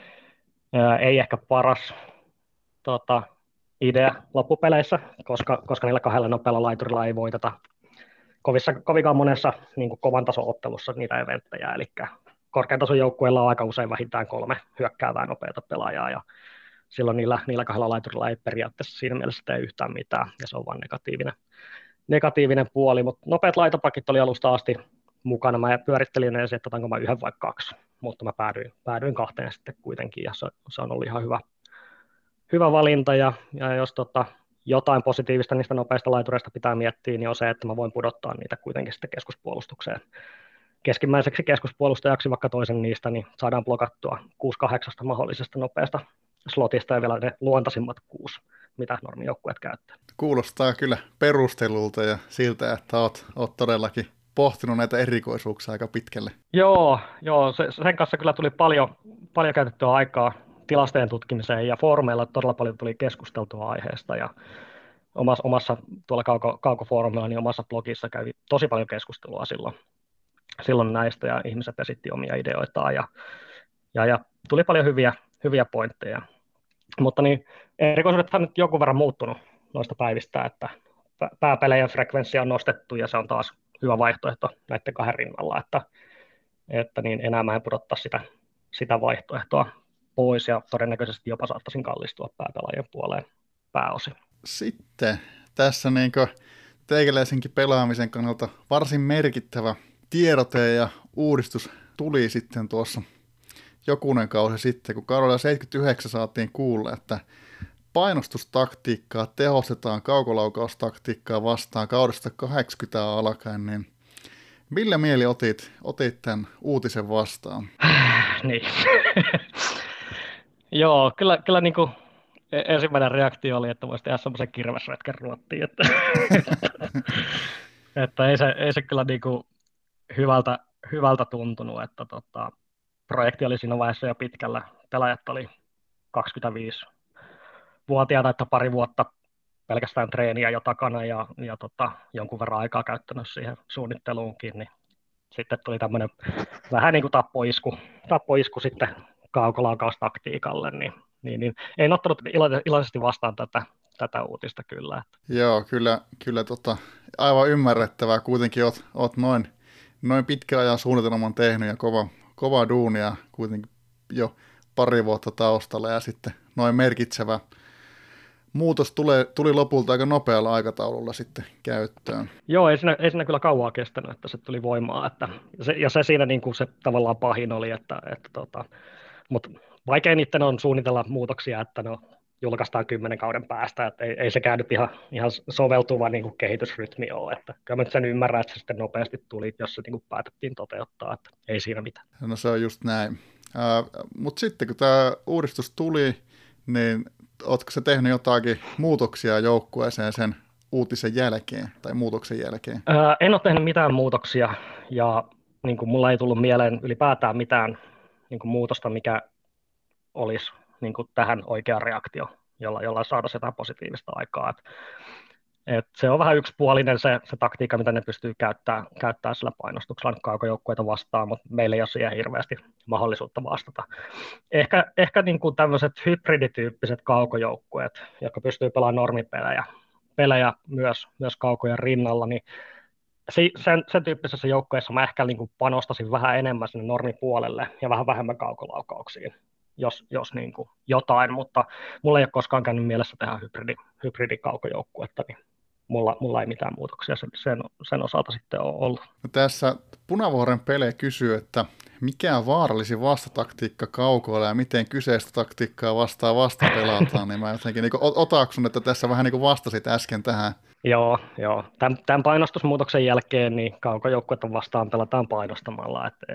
Ää, ei ehkä paras tota, idea loppupeleissä, koska, koska niillä kahdella nopealla laiturilla ei voiteta kovissa, kovinkaan monessa niin kuin kovan tason ottelussa niitä eventtejä, eli korkean tason joukkueilla on aika usein vähintään kolme hyökkäävää nopeata pelaajaa, ja silloin niillä, niillä kahdella laiturilla ei periaatteessa siinä mielessä tee yhtään mitään, ja se on vain negatiivinen, negatiivinen puoli, mutta nopeat laitapakit oli alusta asti mukana. Mä pyörittelin ensin, että otanko mä yhden vai kaksi, mutta mä päädyin, päädyin kahteen sitten kuitenkin, ja se, se on ollut ihan hyvä, hyvä valinta, ja, ja jos tota, jotain positiivista niistä nopeista laitureista pitää miettiä, niin on se, että mä voin pudottaa niitä kuitenkin sitten keskuspuolustukseen. Keskimmäiseksi keskuspuolustajaksi vaikka toisen niistä, niin saadaan blokattua kuusi kahdeksasta mahdollisesta nopeasta slotista ja vielä ne luontaisimmat kuusi, mitä normijoukkueet käyttää. Kuulostaa kyllä perustelulta ja siltä, että oot, oot todellakin pohtinut näitä erikoisuuksia aika pitkälle. Joo, joo se, sen kanssa kyllä tuli paljon, paljon käytettyä aikaa tilastojen tutkimiseen, ja foorumeilla todella paljon tuli keskusteltua aiheesta, ja omassa, omassa tuolla kauko, kaukofoorumilla, niin omassa blogissa kävi tosi paljon keskustelua silloin, silloin näistä, ja ihmiset esitti omia ideoitaan, ja, ja, ja tuli paljon hyviä, hyviä pointteja. Mutta niin, erikoisuudethan nyt jonkun verran muuttunut noista päivistä, että pääpelejen frekvenssia on nostettu, ja se on taas hyvä vaihtoehto näiden kahden rinnalla, että, että niin enää mä en pudottaa sitä, sitä vaihtoehtoa pois, ja todennäköisesti jopa saattaisin kallistua pääpelaajien puoleen pääosin. Sitten tässä niin teikäläisenkin pelaamisen kannalta varsin merkittävä tiedote ja uudistus tuli sitten tuossa jokunen kausi sitten, kun kaudella seitsemänkymmentäyhdeksän saatiin kuulla, että painostustaktiikkaa tehostetaan kaukolaukaustakttiikkaa vastaan kaudesta kahdeksankymmentä alkaen, niin millä mieli otit, otit tämän uutisen vastaan? Niin. Joo, kyllä, kyllä niin kuin ensimmäinen reaktio oli, että voisi tehdä semmoisen kirvesretken Ruottiin, että, että ei, se, ei se kyllä niin kuin hyvältä, hyvältä tuntunut, että tota, projekti oli siinä vaiheessa jo pitkällä. Pelaajat oli kaksikymmentäviisivuotiaita, että pari vuotta pelkästään treeniä jo takana ja, ja tota, jonkun verran aikaa käyttänyt siihen suunnitteluunkin, niin sitten tuli tämmöinen vähän niin kuin tappoisku, tappoisku sitten kaukolaukaustaktiikalle, niin, niin, niin en ottanut ilo- iloisesti vastaan tätä, tätä uutista kyllä. Joo, kyllä, kyllä tota, aivan ymmärrettävää. Kuitenkin oot, oot noin, noin pitkän ajan suunnitelman tehnyt ja kova, kova duunia kuitenkin jo pari vuotta taustalla ja sitten noin merkitsevä muutos tulee, tuli lopulta aika nopealla aikataululla sitten käyttöön. Joo, ei siinä, ei siinä kyllä kauaa kestänyt, että se tuli voimaan. Että se, ja se siinä niin kuin se tavallaan pahin oli, että, että tota, mutta vaikea niiden on suunnitella muutoksia, että no julkaistaan kymmenen kauden päästä, että ei, ei sekään nyt ihan, ihan soveltuva niin kuin kehitysrytmi ole. Että kyllä mä nyt sen ymmärrän, että se sitten nopeasti tuli, jos se niin kuin päätettiin toteuttaa, että ei siinä mitään. No se on just näin. Uh, mutta sitten kun tämä uudistus tuli, niin ootko sä tehnyt jotakin muutoksia joukkueeseen sen uutisen jälkeen tai muutoksen jälkeen? Ää, en ole tehnyt mitään muutoksia ja niin kuin mulla ei tullut mieleen ylipäätään mitään niin kuin muutosta, mikä olisi niin kuin tähän oikea reaktio, jolla, jolla saataisiin jotain positiivista aikaa. Et, et se on vähän yksipuolinen se, se taktiikka, mitä ne pystyy käyttämään, käyttämään sillä painostuksella nyt kaukojoukkueita vastaan, mutta meillä ei ole siihen hirveästi mahdollisuutta vastata. Ehkä, ehkä niin kuin tämmöiset hybridityyppiset kaukojoukkueet, jotka pystyy pelaamaan normipelejä, pelejä myös, myös kaukojen rinnalla, niin sen, sen tyyppisessä joukkueessa mä ehkä niin kuin panostasin vähän enemmän sinne normipuolelle ja vähän vähemmän kaukolaukauksiin, jos, jos niin kuin jotain, mutta mulla ei ole koskaan käynyt mielessä tehdä hybridi, hybridikaukojoukkuetta, niin mulla, mulla ei mitään muutoksia sen, sen, sen osalta sitten ole ollut. No tässä Punavuoren Pele kysyy, että mikä on vaarallisin vastataktiikka kaukoilla ja miten kyseistä taktiikkaa vastaan vasta pelataan, niin mä jotenkin niin otaksun, että tässä vähän niin kuin vastasit äsken tähän. Joo, joo. Tämän, tämän painostusmuutoksen jälkeen niin kaukojoukkuetta vastaan pelataan painostamalla, että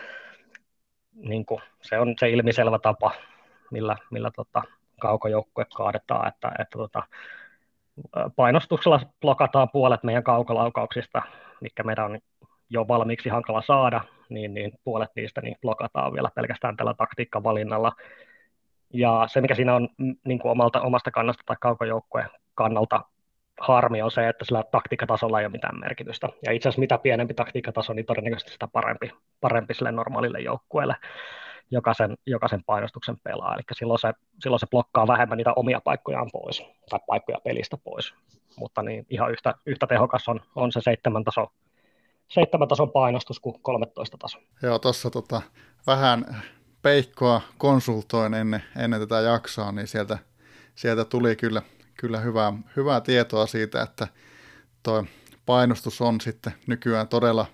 niin kuin, se on se ilmiselvä tapa, millä, millä tota, kaukojoukkue kaadetaan, että, että tota, painostuksella blokataan puolet meidän kaukolaukauksista, mitkä meidän on jo valmiiksi hankala saada, niin, niin puolet niistä niin blokataan vielä pelkästään tällä taktiikkavalinnalla. Ja se, mikä siinä on niin kuin omalta, omasta kannasta tai kaukojoukkueen kannalta harmi, on se, että sillä taktiikkatasolla ei ole mitään merkitystä. Ja itse asiassa mitä pienempi taktiikkataso, niin todennäköisesti sitä parempi, parempi sille normaalille joukkueelle, joka sen, joka sen painostuksen pelaa. Eli silloin se, silloin se blokkaa vähemmän niitä omia paikkojaan pois, tai paikkoja pelistä pois. Mutta niin ihan yhtä, yhtä tehokas on, on se seitsemän taso, seitsemän tason painostus kuin kolmetoista taso. Joo, tuossa tota, vähän peikkoa konsultoin ennen, ennen tätä jaksoa, niin sieltä, sieltä tuli kyllä, kyllä hyvää, hyvää tietoa siitä, että tuo painostus on sitten nykyään todella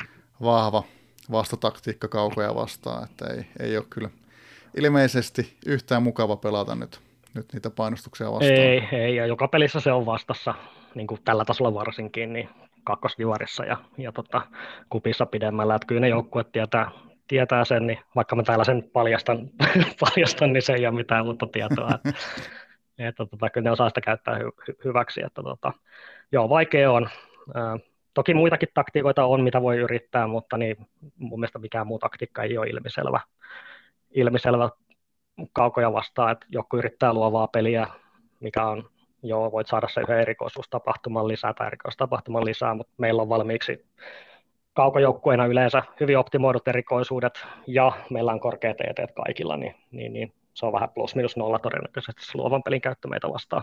vahva vastataktiikka kaukoja vastaan, että ei, ei ole kyllä ilmeisesti yhtään mukava pelata nyt, nyt niitä painostuksia vastaan. Ei, ei, ja joka pelissä se on vastassa, niin kuin tällä tasolla varsinkin, niin kakkosdivarissa ja, ja tota, kupissa pidemmällä, että kyllä ne joukkueet tietää, tietää sen, niin vaikka mä täällä sen paljastan, paljastan niin se ei ole mitään uutta tietoa, että, että tota, kyllä ne osaa sitä käyttää hy, hy, hyväksi, että tota, joo, vaikea on. Ää, toki muitakin taktiikoita on, mitä voi yrittää, mutta niin mun mielestä mikään muu taktiikka ei ole ilmiselvä, ilmiselvä kaukoja vastaan, että joku yrittää luovaa peliä, mikä on, joo, voit saada se yhden erikoisuustapahtuman lisää tai erikoistapahtuman lisää, mutta meillä on valmiiksi kaukojoukkueena yleensä hyvin optimoidut erikoisuudet ja meillä on korkeat E T kaikilla, niin, niin, niin se on vähän plus minus nolla todennäköisesti se luovan pelin käyttö meitä vastaan.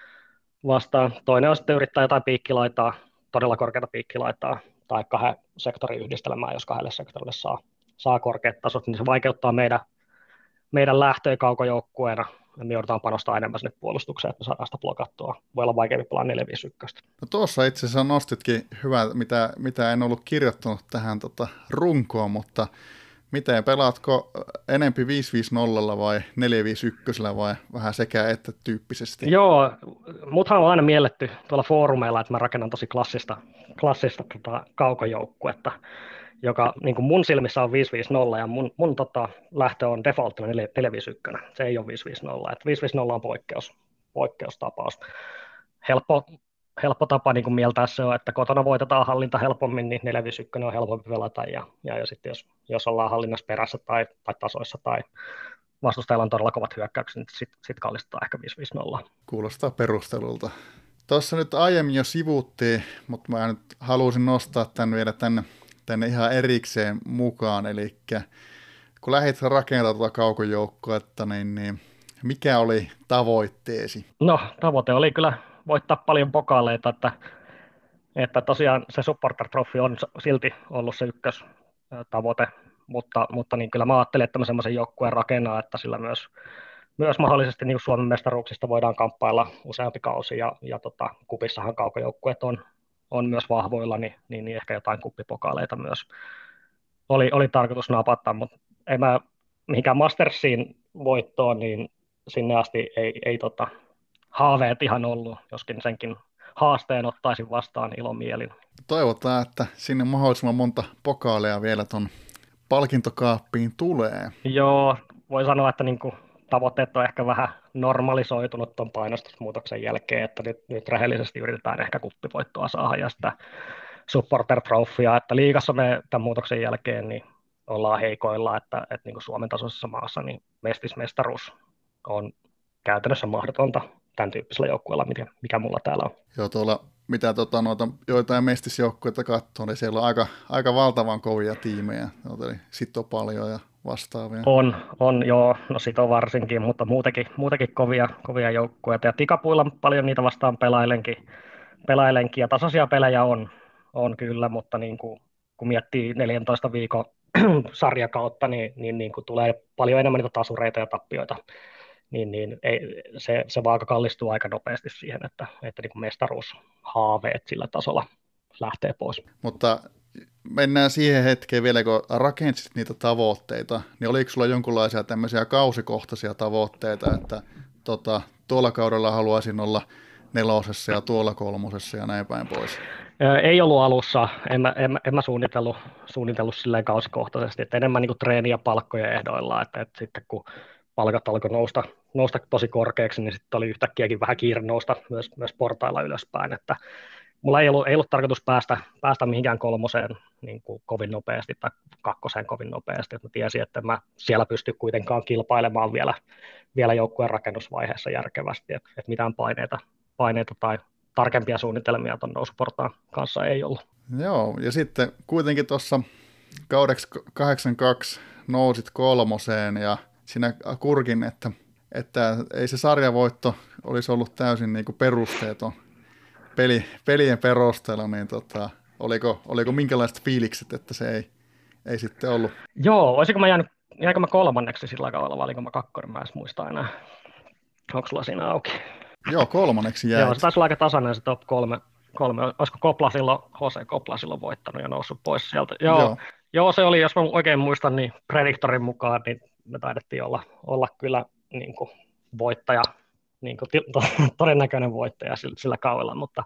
vastaan. Toinen on sitten yrittää jotain piikkilaitaa, todella korkeata piikkilaitaa tai kahden sektorin yhdistelmää, jos kahdelle sektorille saa, saa korkeat tasot, niin se vaikeuttaa meidän meidän lähtöä kaukojoukkueena, ja me joudutaan panostaa enemmän sinne puolustukseen, että me saadaan sitä blokattua. Voi olla vaikeampi pelaa neljä viisi yksi. No tuossa itse asiassa nostitkin hyvää, mitä, mitä en ollut kirjoittanut tähän tota, runkoon, mutta miten pelaatko enempi viisi viisi nolla vai neljä viisi yksi vai vähän sekä että tyyppisesti? Joo, muthan on aina mielletty tuolla foorumeilla, että mä rakennan tosi klassista, klassista tota, kaukojoukkuetta, joka niin kuin mun silmissä on viisi viisi nolla ja mun, mun tota, lähtö on defaulttina neljä viisi yksi. Se ei ole viisi viisi nolla. Et viisi viisi nolla on poikkeus, poikkeustapaus. Helppo, helppo tapa niin kuin mieltää se on, että kotona voitetaan hallinta helpommin, niin neljä viisi yksi on helpompi pelata. Ja, ja, ja sitten jos, jos ollaan hallinnassa perässä tai, tai tasoissa tai vastustajalla on todella kovat hyökkäykset, niin sitten sit kallistetaan ehkä viisi viisi nolla. Kuulostaa perustelulta. Tuossa nyt aiemmin jo sivuttiin, mutta mä nyt halusin nostaa tämän vielä tänne tänne ihan erikseen mukaan, eli kun lähdit rakentamaan tuota kaukojoukkoa, niin, niin mikä oli tavoitteesi? No, tavoite oli kyllä voittaa paljon pokaaleita, että, että tosiaan se supporter trophy on silti ollut se ykköstavoite, mutta, mutta niin kyllä mä ajattelin, että mä semmoisen joukkueen rakennaan, että sillä myös, myös mahdollisesti niin Suomen mestaruuksista voidaan kamppailla useampi kausi, ja, ja tota, kupissahan kaukojoukkueet on, on myös vahvoilla, niin, niin, niin ehkä jotain kuppipokaaleita myös oli, oli tarkoitus napata, mutta en mä mihinkään Mastersiin voittoon, niin sinne asti ei, ei tota, haaveet ihan ollut, joskin senkin haasteen ottaisin vastaan ilomielin. Toivotaan, että sinne mahdollisimman monta pokaaleja vielä ton palkintokaappiin tulee. Joo, voi sanoa, että niinku tavoitteet on ehkä vähän normalisoitunut tuon painostusmuutoksen jälkeen, että nyt, nyt rehellisesti yritetään ehkä kuppivoittoa saada ja sitä supporter trophya, että liigassa me tämän muutoksen jälkeen niin ollaan heikoilla, että, että niin kuin Suomen tasoisessa maassa niin mestismestaruus on käytännössä mahdotonta tämän tyyppisellä joukkueella, mikä, mikä mulla täällä on. Joo, tuolla mitä tota, noita, joitain mestisjoukkueita katsoo, niin siellä on aika, aika valtavan kovia tiimejä, eli Sito paljon ja vastaavia. On, on joo, no Sito varsinkin, mutta muutenkin, muutenkin kovia, kovia joukkueita, ja tikapuilla paljon niitä vastaan pelailenkin, pelailenkin ja tasaisia pelejä on, on kyllä, mutta niin kuin, kun miettii neljäntoista viikon sarjakautta, niin, niin, niin kuin tulee paljon enemmän niitä tasureita ja tappioita, niin, niin ei, se, se vaaka kallistuu aika nopeasti siihen, että, että niin kuin mestaruushaaveet sillä tasolla lähtee pois. Mutta mennään siihen hetkeen vielä, kun rakensit niitä tavoitteita, niin oliko sulla jonkinlaisia tämmöisiä kausikohtaisia tavoitteita, että tota, tuolla kaudella haluaisin olla nelosessa ja tuolla kolmosessa ja näin päin pois? Ei ollut alussa, en mä, en, en mä suunnitellut, suunnitellut silleen kausikohtaisesti, että enemmän niin kuin treeni- ja palkkojen ehdoilla, että, että sitten kun palkat alkoi nousta, nousta tosi korkeaksi, niin sitten oli yhtäkkiäkin vähän kiire nousta myös, myös portailla ylöspäin, että mulla ei ollut, ei ollut tarkoitus päästä, päästä mihinkään kolmoseen niin kuin kovin nopeasti tai kakkoseen kovin nopeasti, että mä tiesin, että mä siellä pysty kuitenkaan kilpailemaan vielä, vielä joukkueen rakennusvaiheessa järkevästi, että, että mitään paineita, paineita tai tarkempia suunnitelmia tuon nousuportaan kanssa ei ollut. Joo, ja sitten kuitenkin tuossa kaudeksi kahdeksankymmentäkaksi nousit kolmoseen ja siinä kurkin, että, että ei se sarjavoitto olisi ollut täysin niin kuin perusteeton peli, pelien perusteella, niin tota, oliko, oliko minkälaiset fiilikset, että se ei, ei sitten ollut. Joo, olisiko mä jäänyt, jäinkö mä kolmanneksi sillä kaudella vai olinko mä kakkonen, mä en edes muista enää. Onko sulla siinä auki? Joo, kolmanneksi Joo, se jäit. taisi olla aika tasainen se top kolme. kolme. Olisiko Kopla silloin, Jose Kopla silloin voittanut ja noussut pois sieltä? Joo, Joo, joo, se oli, jos mä oikein muistan, niin Predictorin mukaan, niin me taidettiin olla, olla kyllä niin kuin voittaja, niin kuin todennäköinen voittaja sillä, sillä kaudella, mutta,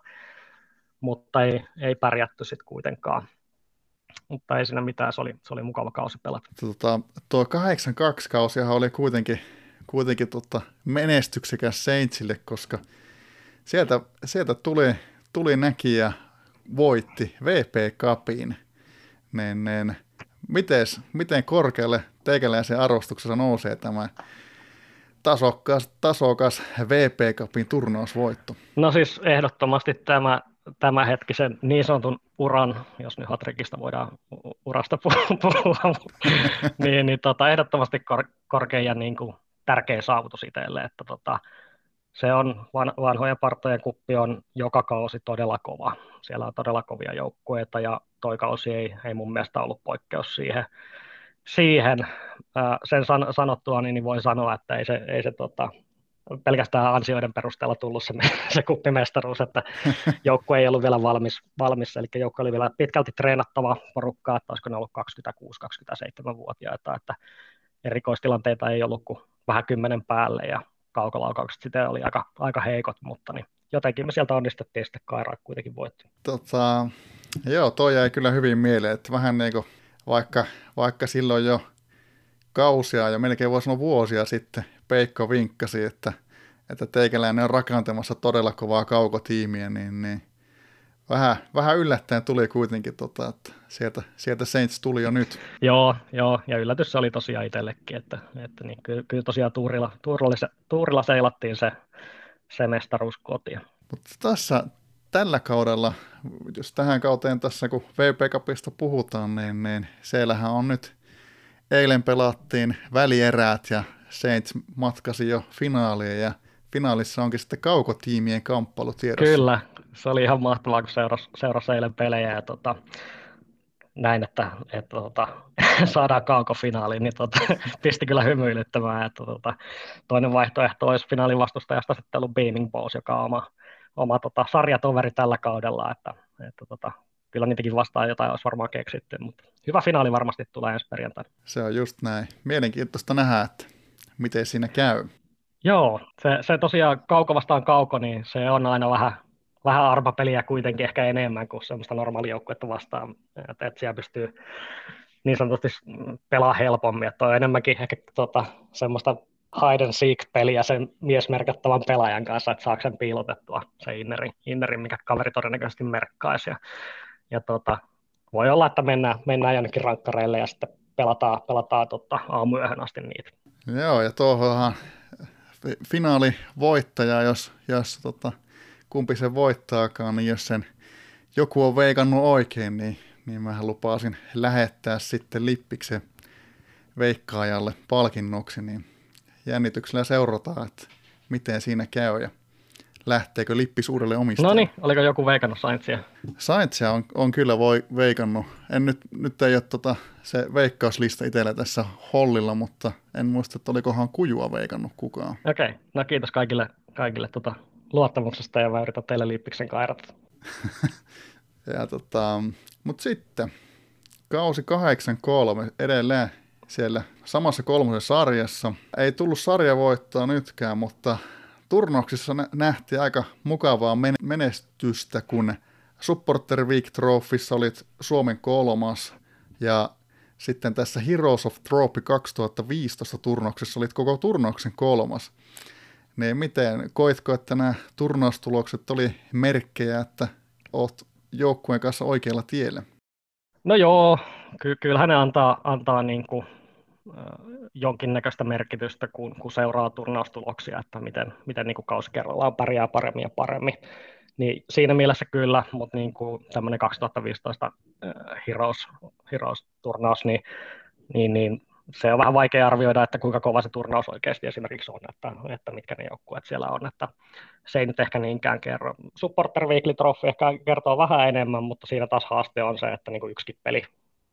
mutta ei, ei pärjätty sitten kuitenkaan. Mutta ei siinä mitään, se oli, se oli mukava kausi pelata. tota, tuo kahdeksankymmentäkaksi kausihan oli kuitenkin, kuitenkin tota menestyksekäs Saintsille, koska sieltä, sieltä tuli, tuli näki ja voitti V P Cupin. Niin, niin, mites, miten korkealle teikäläisen arvostuksessa nousee tämä tasokas, tasokas V P Cupin turnausvoitto? No siis ehdottomasti tämä tämänhetkisen niin sanotun uran, jos nyt Hatrikista voidaan urasta puhua, niin, niin tota, ehdottomasti kor, korkein ja niin kuin tärkein saavutus itselle, että tota, se on van, vanhojen partojen kuppi on joka kausi todella kova. Siellä on todella kovia joukkueita ja toi kausi ei, ei mun mielestä ollut poikkeus siihen. siihen. Ää, sen san, sanottua niin, niin voin sanoa, että ei se, ei se tota, pelkästään ansioiden perusteella tullut se, se kuppimestaruus, että joukkue ei ollut vielä valmis, valmis eli joukkue oli vielä pitkälti treenattava porukkaa, että olisiko ne ollut kaksikymmentäkuusi kaksikymmentäseitsemän-vuotiaita, että erikoistilanteita ei ollut kuin vähän kymmenen päälle ja kaukolaukaukset sitten oli aika, aika heikot, mutta niin jotenkin me sieltä onnistettiin sitten kairaa kuitenkin voitti. Tota, joo, toi jäi kyllä hyvin mieleen, että vähän niin kuin vaikka, vaikka silloin jo kausia ja melkein voisi sanoa vuosia sitten Peikko vinkkasi, että, että teikäläinen on rakentamassa todella kovaa kaukotiimiä, niin, niin vähän, vähän yllättäen tuli kuitenkin, tota, että sieltä, sieltä Saints tuli jo nyt. Joo, joo, ja yllätys se oli tosiaan itsellekin, että, että niin, kyllä, kyllä tosiaan tuurilla, tuurilla, tuurilla seilattiin se, se mestaruus kotiin. Mutta tässä tällä kaudella, jos tähän kauteen tässä kun V P Cupista puhutaan, niin, niin siellähän on nyt, eilen pelattiin välierät ja Saints matkasi jo finaaliin ja finaalissa onkin sitten kaukotiimien kamppailu tiedossa. Kyllä, se oli ihan mahtavaa, kun seurasi, seurasi eilen pelejä ja tota, näin, että, että tota, saadaan kaukofinaaliin, niin tota, pisti kyllä hymyilyttämään. Että tota, toinen vaihtoehto olisi finaalin vastustajasta sitten ollut Beaming Bows, joka on oma, oma tota, sarjatoveri tällä kaudella, että, että tota, kyllä niitäkin vastaan jotain olisi varmaan keksitty, mutta hyvä finaali varmasti tulee ensi perjantaina. Se on just näin. Mielenkiintoista nähdä, että miten siinä käy. Joo, se, se tosiaan kauko vastaan kauko, niin se on aina vähän, vähän arpapeliä kuitenkin ehkä enemmän kuin semmoista normaalijoukkuetta vastaan, että et siellä pystyy niin sanotusti pelaa helpommin, että on enemmänkin ehkä tota, semmoista hide and seek-peliä sen miesmerkattavan pelaajan kanssa, että saako sen piilotettua se innerin, innerin mikä kaveri todennäköisesti merkkaisi. Ja, ja tota, voi olla, että mennään, mennään jonnekin rankkareille ja sitten pelataan, pelataan tota, aamuyöhön asti niitä. Joo, ja tuohonhan finaalivoittaja, jos, jos tota, kumpi sen voittaakaan, niin jos sen joku on veikannut oikein, niin, niin mä lupasin lähettää sitten lippiksen veikkaajalle palkinnoksi, niin jännityksellä seurataan, että miten siinä käy ja lähteekö lippis uudelle omistajalle. No niin, oliko joku veikannut Saintsia? Saintsia on, on kyllä voi, veikannut. En nyt, nyt ei ole tota, se veikkauslista itsellä tässä hollilla, mutta en muista, että olikohan kujua veikannut kukaan. Okei, okay. No kiitos kaikille, kaikille tota, luottamuksesta ja mä yritän teille lippiksen kairata. ja tota, mutta sitten kausi kahdeksankymmentäkolme edelleen siellä samassa kolmosessa sarjassa. Ei tullut sarjavoittoa nytkään, mutta turnauksissa nähtiin aika mukavaa menestystä, kun Supporter Week Trophyssa olit Suomen kolmas ja sitten tässä Heroes of Trophy kaksituhattaviisitoista turnauksessa olit koko turnauksen kolmas. Niin miten, koitko, että nämä turnaustulokset oli merkkejä, että olet joukkueen kanssa oikealla tiellä? No joo, ky- kyllähän ne antaa, antaa niin kuin, äh, jonkinnäköistä merkitystä, kun, kun seuraa turnaustuloksia, että miten, miten niin kuin kausi kerrallaan pärjää paremmin ja paremmin. Niin siinä mielessä kyllä, mutta niin kuin tämmöinen kaksituhattaviisitoista äh, Heroes, Heroes-turnaus, niin, niin, niin se on vähän vaikea arvioida, että kuinka kova se turnaus oikeasti esimerkiksi on, että, että mitkä ne joukkueet siellä on, että se ei nyt ehkä niinkään kerro. Supporter Weekly Trophy ehkä kertoo vähän enemmän, mutta siinä taas haaste on se, että niin kuin yksikin peli,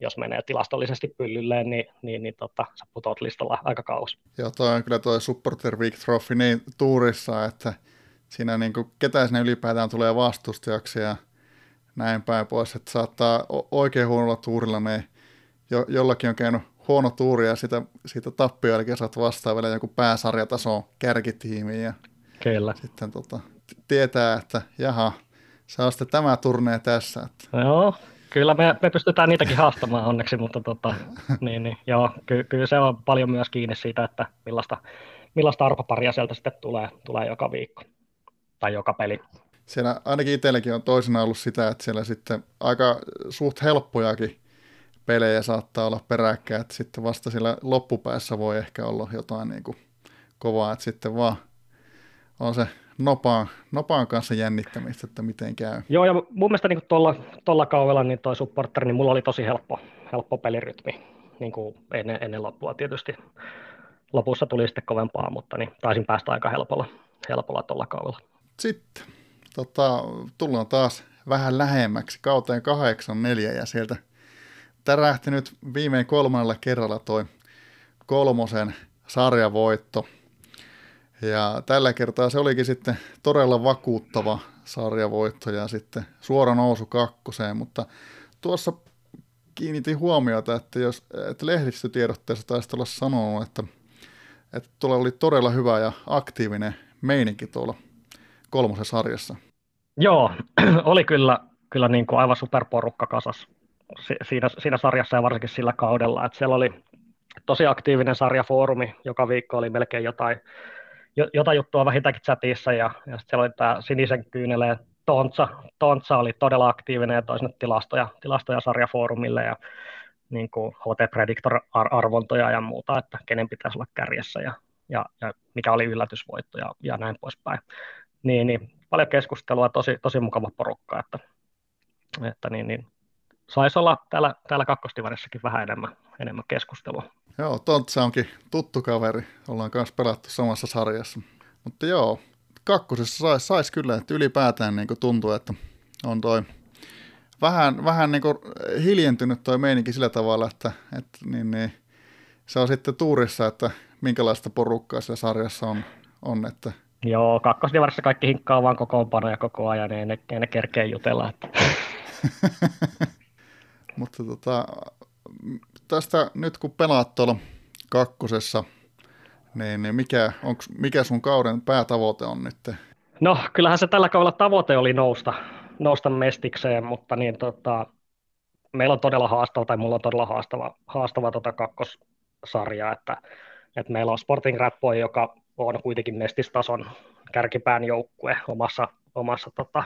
jos menee tilastollisesti pyllylleen, niin, niin, niin tota, sä putoat listalla aika kauas. Joo, toi on kyllä toi Supporter Week Trophy niin tuurissa, että siinä niin kuin, ketä sinne ylipäätään tulee vastustajaksi ja näin päin pois, että saattaa oikein huonolla tuurilla, niin jo, jollakin on käynyt huono tuuri ja sitä, siitä tappioon jälkeen saat vastaan vielä joku pääsarjatason kärkitiimiin ja Kyllä. sitten tota, tietää, että jaha, se on sitten tämä turnee tässä. Että. Joo, kyllä me, me pystytään niitäkin haastamaan onneksi, mutta tota, niin, niin, joo, ky, kyllä se on paljon myös kiinni siitä, että millaista, millaista arpaparia sieltä sitten tulee, tulee joka viikko tai joka peli. Siellä ainakin itselläkin on toisena ollut sitä, että siellä sitten aika suht helppojakin pelejä saattaa olla peräkkäin, että sitten vasta siellä loppupäässä voi ehkä olla jotain niin kuin kovaa, että sitten vaan on se nopaan, nopaan kanssa jännittämistä, että miten käy. Joo, ja mun mielestä niin tuolla, tuolla kaudella niin toi supporter, niin mulla oli tosi helppo, helppo pelirytmi niin kuin ennen, ennen loppua tietysti. Lopussa tuli sitten kovempaa, mutta niin taisin päästä aika helpolla, helpolla tuolla kaudella. Sitten tota, tullaan taas vähän lähemmäksi kauteen kahdeksan neljä ja sieltä tärähti nyt viimein kolmannella kerralla toi kolmosen sarjavoitto. Ja tällä kertaa se olikin sitten todella vakuuttava sarjavoitto ja sitten suora nousu kakkoseen, mutta tuossa kiinnitin huomiota, että, jos, että lehdistötiedotteessa taisi olla sanonut, että, että tuolla oli todella hyvä ja aktiivinen meininki tuolla kolmosen sarjassa. Joo, oli kyllä, kyllä niin kuin aivan superporukka kasas siinä, siinä sarjassa ja varsinkin sillä kaudella, että siellä oli tosi aktiivinen sarjafoorumi, joka viikko oli melkein jotain, jotain juttua vähintäänkin chatissa, ja, ja sitten siellä oli tämä sinisen kyyneleen Tontsa. Tontsa oli todella aktiivinen ja toi sinne tilastoja, tilastoja sarjafoorumille ja niin kuin H T Predictor-arvontoja ja muuta, että kenen pitäisi olla kärjessä ja, ja, ja mikä oli yllätysvoitto ja, ja näin poispäin. Niin, niin paljon keskustelua, tosi, tosi mukava porukka, että, että niin, niin, saisi olla täällä, täällä kakkostivarissakin vähän enemmän, enemmän keskustelua. Joo, Tontsa onkin tuttu kaveri, ollaan kanssa pelattu samassa sarjassa. Mutta joo, kakkosessa saisi sais kyllä, että ylipäätään niin tuntuu, että on toi vähän, vähän niin hiljentynyt toi meininki sillä tavalla, että, että niin, niin, se on sitten tuurissa, että minkälaista porukkaa siellä sarjassa on. on että Joo, kakkosdivarissa kaikki hinkkaa vaan kokoonpanoja koko ajan, niin ei ne, ei ne kerkeä jutella. Että. Mutta tota, tästä nyt kun pelaat tuolla kakkosessa, niin mikä, onks, mikä sun kauden päätavoite on nyt? No kyllähän se tällä kaudella tavoite oli nousta, nousta mestikseen, mutta niin, tota, meillä on todella haastava, tai mulla on todella haastava, haastava tota kakkossarja, että, että meillä on Sporting Rat Boy, joka on kuitenkin mestistason kärkipään joukkue omassa, omassa, tota,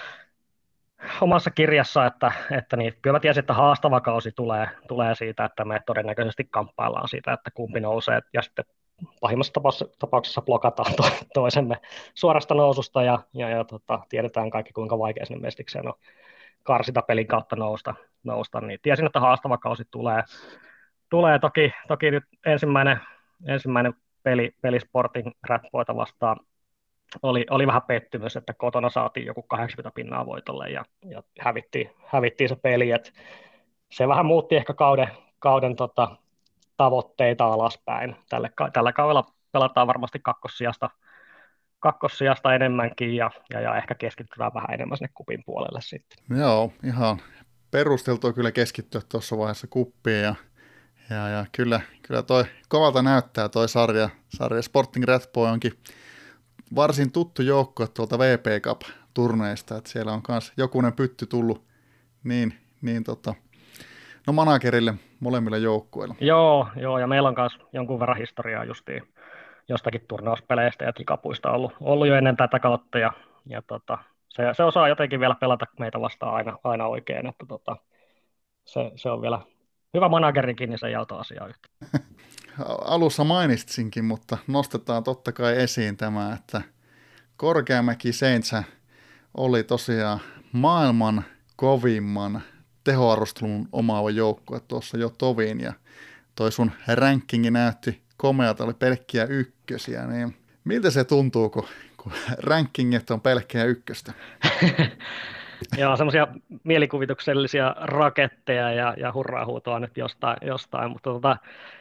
omassa kirjassa, että, että niin, kyllä mä tiesin, että haastava kausi tulee, tulee siitä, että me todennäköisesti kamppaillaan siitä, että kumpi nousee, ja sitten pahimmassa tapauksessa blokataan to, toisemme suorasta noususta, ja, ja, ja tota, tiedetään kaikki, kuinka vaikea sinne mestikseen on karsita pelin kautta nousta, nousta, niin tiesin, että haastava kausi tulee. Tulee toki, toki nyt ensimmäinen, ensimmäinen peli, peli Sporting Rat Boyta vastaan oli, oli vähän pettymys, että kotona saatiin joku kahdeksankymmentä pinnaa voitolle ja, ja hävittiin, hävittiin se peli. Et se vähän muutti ehkä kauden, kauden tota, tavoitteita alaspäin. Tälle, tällä kaudella pelataan varmasti kakkossijasta, kakkossijasta enemmänkin ja, ja, ja ehkä keskitytään vähän enemmän sinne kupin puolelle sitten. Joo, ihan perusteltua kyllä keskittyä tuossa vaiheessa kuppiin ja Ja, ja kyllä, kyllä toi kovalta näyttää toi sarja. Sarja Sporting Rat Boy onkin varsin tuttu joukko tuolta V P Cup-turneista, että siellä on myös jokunen pytty tullut niin, niin tota, no managerille molemmille joukkueille. Joo, joo, ja meillä on myös jonkun verran historiaa justiin jostakin turnauspeleistä ja kikapuista ollut, ollut jo ennen tätä kautta, ja, ja tota, se, se osaa jotenkin vielä pelata meitä vastaan aina, aina oikein, että tota, se, se on vielä hyvä managerikin, niin se ei auta asiaa yhtä. Alussa mainitsinkin, mutta nostetaan totta kai esiin tämä, että Korkeamäki Saints oli tosiaan maailman kovimman tehoarvostelun omaava joukkue tuossa jo toviin, ja toi sun rankingi näytti komeata, oli pelkkiä ykkösiä, niin miltä se tuntuu, kun, kun rankingit on pelkkiä ykköstä? Joo, semmoisia mielikuvituksellisia raketteja ja, ja hurraa-huutoa nyt jostain, jostain. Mutta tota,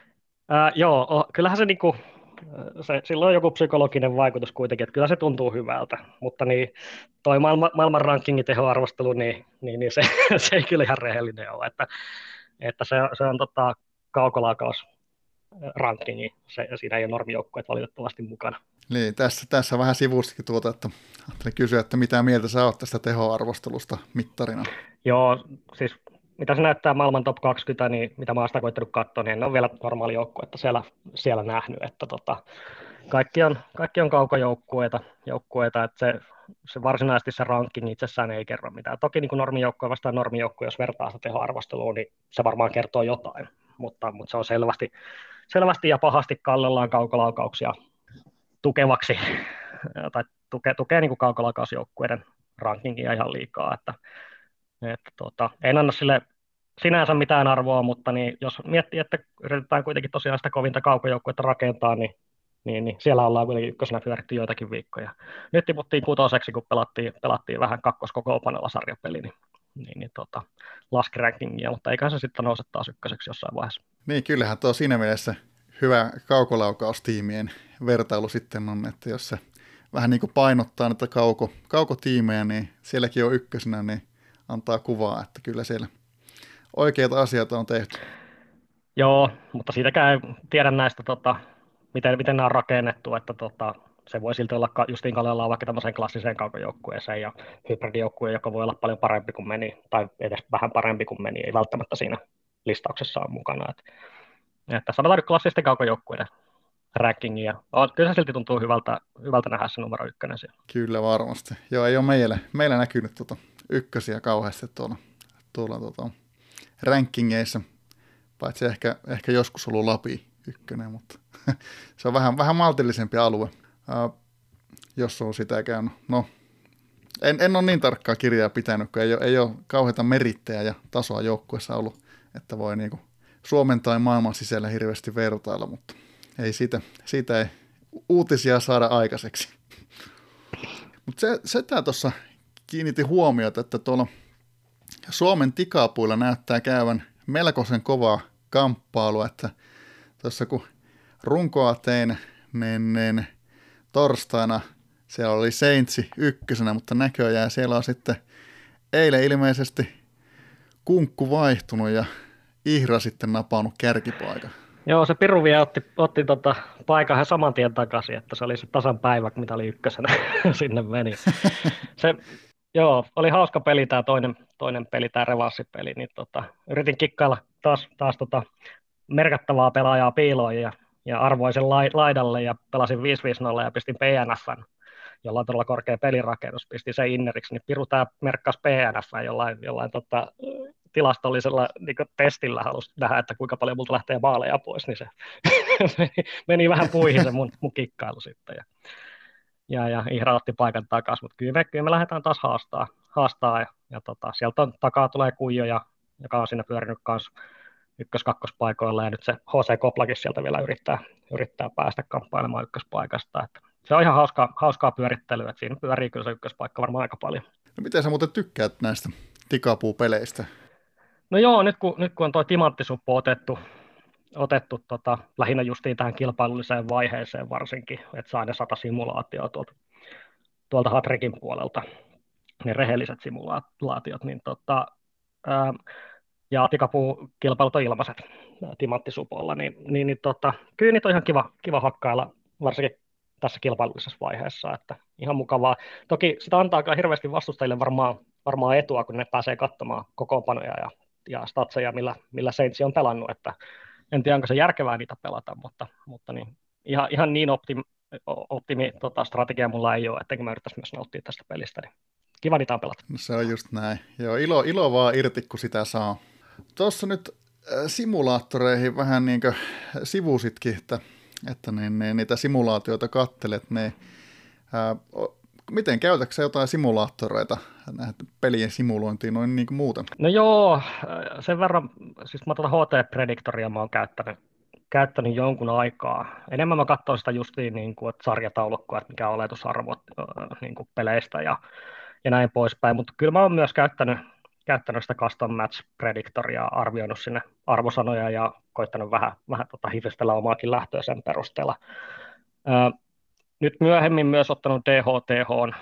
ää, joo, o, kyllähän se, niinku, se, sillä on joku psykologinen vaikutus kuitenkin, että kyllä se tuntuu hyvältä, mutta niin, toi maailma, maailman rankingin tehoarvostelu, niin, niin, niin se, se ei kyllä ihan rehellinen ole, että, että se, se on tota, kaukolaukaus rankingi, se, siinä ei ole normijoukkueet valitettavasti mukana. Niin, tässä, tässä vähän sivustikin tuota, että ajattelin kysyä, että mitä mieltä sä oot tästä tehoarvostelusta mittarina? Joo, siis mitä se näyttää maailman top kaksikymmentä, niin mitä mä oon sitä koittanut katsoa, niin en ole vielä normaali joukkuetta siellä, siellä nähnyt, että tota, kaikki on, kaikki on kaukojoukkueita, joukkueita, että se, se varsinaisesti se ranking itsessään ei kerro mitään. Toki niin kuin normijoukkue vastaan normijoukkue, jos vertaa sitä tehoarvostelua, niin se varmaan kertoo jotain, mutta, mutta se on selvästi, selvästi ja pahasti kallellaan kaukolaukauksia tukevaksi, tai tukee, tukee niin kuin kaukolaukausjoukkueiden rankingia ihan liikaa, että että tota, en anna sille sinänsä mitään arvoa, mutta niin, jos miettii, että yritetään kuitenkin tosiaan sitä kovinta kaukojoukkuetta rakentaa, niin, niin, niin siellä ollaan kuitenkin ykkösenä pyöritty joitakin viikkoja. Nyt tiputtiin kutoseksi, kun pelattiin, pelattiin vähän kakkoskokoonpanolla sarjapeli, niin, niin, niin tota, laski rankingia, mutta eiköhän se sitten nouse taas ykköseksi jossain vaiheessa. Niin, kyllähän tuo siinä mielessä hyvä kaukolaukaus-tiimien vertailu sitten on, että jos se vähän niin kuin painottaa näitä kauko, kaukotiimejä, niin sielläkin on ykkösenä, niin antaa kuvaa, että kyllä siellä oikeita asioita on tehty. Joo, mutta siitäkään ei tiedä näistä, tota, miten, miten nämä on rakennettu, että tota, se voi silti olla justiin kallellaan vaikka tämmöiseen klassiseen kaukojoukkueeseen ja hybridijoukkueen, joka voi olla paljon parempi kuin meni, tai edes vähän parempi kuin meni, ei välttämättä siinä listauksessa ole mukana. Että, että sanotaan nyt klassisten kaukojoukkueiden rankingia. Kyllä se silti tuntuu hyvältä, hyvältä nähdä se numero ykkönen siellä. Kyllä varmasti. Joo, ei ole meillä, meillä näkynyt tuota ykkösiä kauheasti tuolla, tuolla tuota, rankingeissa, paitsi ehkä, ehkä joskus ollut Lapi ykkönen, mutta se on vähän, vähän maltillisempi alue, uh, jos on sitä käynyt. No, en, en ole niin tarkkaa kirjaa pitänyt, kun ei ole, ei ole kauheita merittejä ja tasoa joukkueessa ollut, että voi niinku Suomen tai maailman sisällä hirveästi vertailla, mutta ei siitä, siitä ei uutisia saada aikaiseksi. Mutta se, se tämä tuossa kiinnitti huomiota, että tuolla Suomen tikapuilla näyttää käyvän melkoisen kovaa kamppailua, että tuossa kun runkoa tein, niin, niin torstaina siellä oli Saintsi ykkösenä, mutta näköjään siellä on sitten eilen ilmeisesti kunkku vaihtunut ja Ihra sitten napannut kärkipaikan. Joo, se Piru vielä otti, otti tota paikan ihan saman tien takaisin, että se oli se tasan päivä, mitä oli ykkösenä sinne meni. Se, joo, oli hauska peli tämä toinen, toinen peli, tämä revanssipeli, niin tota, yritin kikkailla taas, taas tota merkittävää pelaajaa piiloon ja, ja arvoin sen laidalle ja pelasin viisi viisi nolla ja pistin P N F:n, jolla on todella korkea pelirakennus, pistin sen inneriksi, niin Piru tämä merkkasi P N F jollain, jollain tota, tilastollisella niin testillä halusi nähdä, että kuinka paljon multa lähtee maaleja pois, niin se meni, meni vähän puihin se mun, mun kikkailu sitten. Ja, ja, ja Ihra otti paikan takaisin, mutta kyllä me, kyllä me lähdetään taas haastaa, haastaa ja, ja tota, sieltä on, takaa tulee Kuijo, ja, joka on siinä pyörinyt kanssa ykkös-kakkospaikoilla, ja nyt se H C Koplakin sieltä vielä yrittää, yrittää päästä kamppailemaan ykköspaikasta. Että se on ihan hauskaa, hauskaa pyörittelyä, että siinä pyörii kyllä se ykköspaikka varmaan aika paljon. No miten sä muuten tykkäät näistä tikapuupeleistä? No joo, nyt kun, nyt kun on tuo timanttisuppu otettu, otettu tota, lähinnä justiin tähän kilpailulliseen vaiheeseen varsinkin, että saa ne sata simulaatioa tuolta, tuolta Hatrekin puolelta, ne rehelliset simulaatiot, niin tota, ää, ja tikapuukilpailut on ilmaiset timanttisupolla, niin, niin, niin tota, kyllä niitä on ihan kiva, kiva hakkailla, varsinkin tässä kilpailullisessa vaiheessa, että ihan mukavaa. Toki sitä antaa hirveästi vastustajille varmaan, varmaan etua, kun ne pääsee katsomaan kokoonpanoja ja, ja statseja, millä, millä Saints on pelannut, että en tiedä, onko se järkevää niitä pelata, mutta, mutta niin, ihan, ihan niin optimi, optimi tota, strategia mulla ei ole, ettenkö mä yrittäisi myös nauttia tästä pelistä, niin kiva niitä on pelata. No se on just näin. Joo, ilo, ilo vaan irti, kun sitä saa. Tuossa nyt simulaattoreihin vähän niin kuin sivusitkin, että, että niin, niin, niitä simulaatioita kattelet, niin ää, miten käytätkö jotain simulaattoreita pelien simulointiin noin niin kuin muuten? No joo, sen verran, siis mä tuota H T-prediktoria mä oon käyttänyt, käyttänyt jonkun aikaa. Enemmän mä katsoin sitä justiin niin kuin, että sarjataulukkoa, että mikä on oletusarvot niin kuin peleistä ja, ja näin poispäin, mutta kyllä mä oon myös käyttänyt, käyttänyt sitä custom match predictoria, arvioinut sinne arvosanoja ja koittanut vähän, vähän tota hifistellä omaakin lähtöä sen perusteella. Ää, nyt myöhemmin myös ottanut D H T H,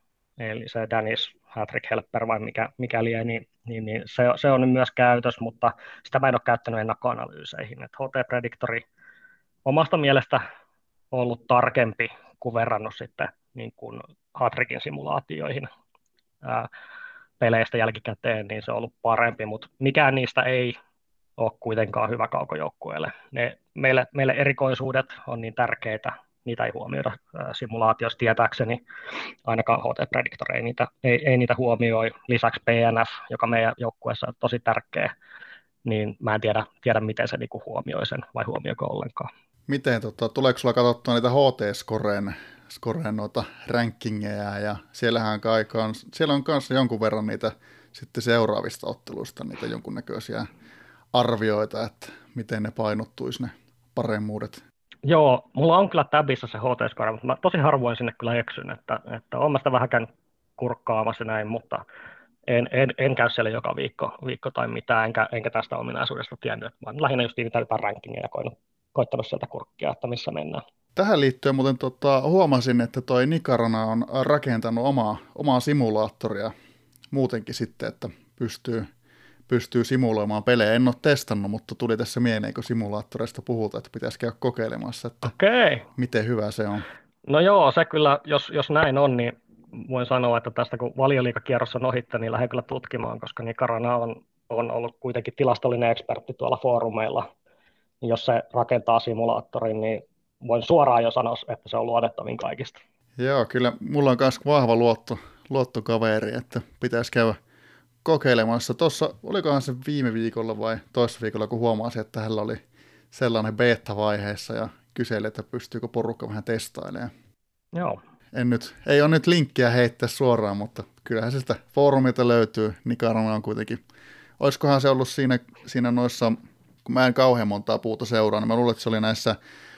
eli se Danish Hat-Trick Helper vai mikä, mikä lie, niin, niin, niin se, se on nyt myös käytössä, mutta sitä mä en ole käyttänyt ennakkoanalyyseihin. Et H T-prediktori omasta mielestä on ollut tarkempi kuin verrannut sitten niin kuin Hat-Trickin simulaatioihin ää, peleistä jälkikäteen, niin se on ollut parempi, mutta mikään niistä ei ole kuitenkaan hyvä kaukojoukkueelle. Ne, meille, meille erikoisuudet on niin tärkeitä, niitä ei huomioida ää, simulaatiossa tietääkseni, ainakaan H T-prediktori ei niitä, ei, ei niitä huomioi. Lisäksi P N F, joka meidän joukkueessa on tosi tärkeä, niin mä en tiedä, tiedä miten se niinku huomioi sen, vai huomioiko ollenkaan. Miten, tota, tuleeko sulla katsottua niitä H T-skoreen skoreen noita rankingeja, ja siellähän kai kans, siellä on kanssa jonkun verran niitä sitten seuraavista otteluista, niitä jonkunnäköisiä arvioita, että miten ne painottuisi ne paremmuudet. Joo, mulla on kyllä tabissa se H T-skore, mutta mä tosi harvoin sinne kyllä eksyn, että, että olen mä sitä vähän käynyt kurkkaamassa näin, mutta en, en, en käy siellä joka viikko, viikko tai mitään, enkä, enkä tästä ominaisuudesta tiennyt, että mä olen lähinnä just niitä jotain rankingeja koinut, koittanut sieltä kurkkia, että missä mennään. Tähän liittyen muuten tota, huomasin, että toi Nikarana on rakentanut omaa, omaa simulaattoria muutenkin sitten, että pystyy, pystyy simuloimaan pelejä. En ole testannut, mutta tuli tässä mieleen, kun simulaattoreista puhutaan, että pitäisi käydä kokeilemassa, että Okei. miten hyvä se on. No joo, se kyllä, jos, jos näin on, niin voin sanoa, että tästä kun valioliigakierros on ohitte, niin lähden kyllä tutkimaan, koska Nikarana on, on ollut kuitenkin tilastollinen ekspertti tuolla foorumeilla. Jos se rakentaa simulaattorin, niin voin suoraan jo sanoa, että se on luotettavin kaikista. Joo, kyllä mulla on myös vahva luotto, luottokaveri, että pitäisi käydä kokeilemassa. Tuossa, olikohan se viime viikolla vai toissa viikolla, kun huomasin, että hänellä oli sellainen beta-vaiheessa ja kyseli, että pystyykö porukka vähän testailemaan. Joo. En nyt, ei ole nyt linkkiä heittää suoraan, mutta kyllähän se sitä foorumilta löytyy. Nikarana on kuitenkin, olisikohan se ollut siinä, siinä noissa, kun mä en kauhean montaa puuta seuraa, niin mä luulen, että se oli näissä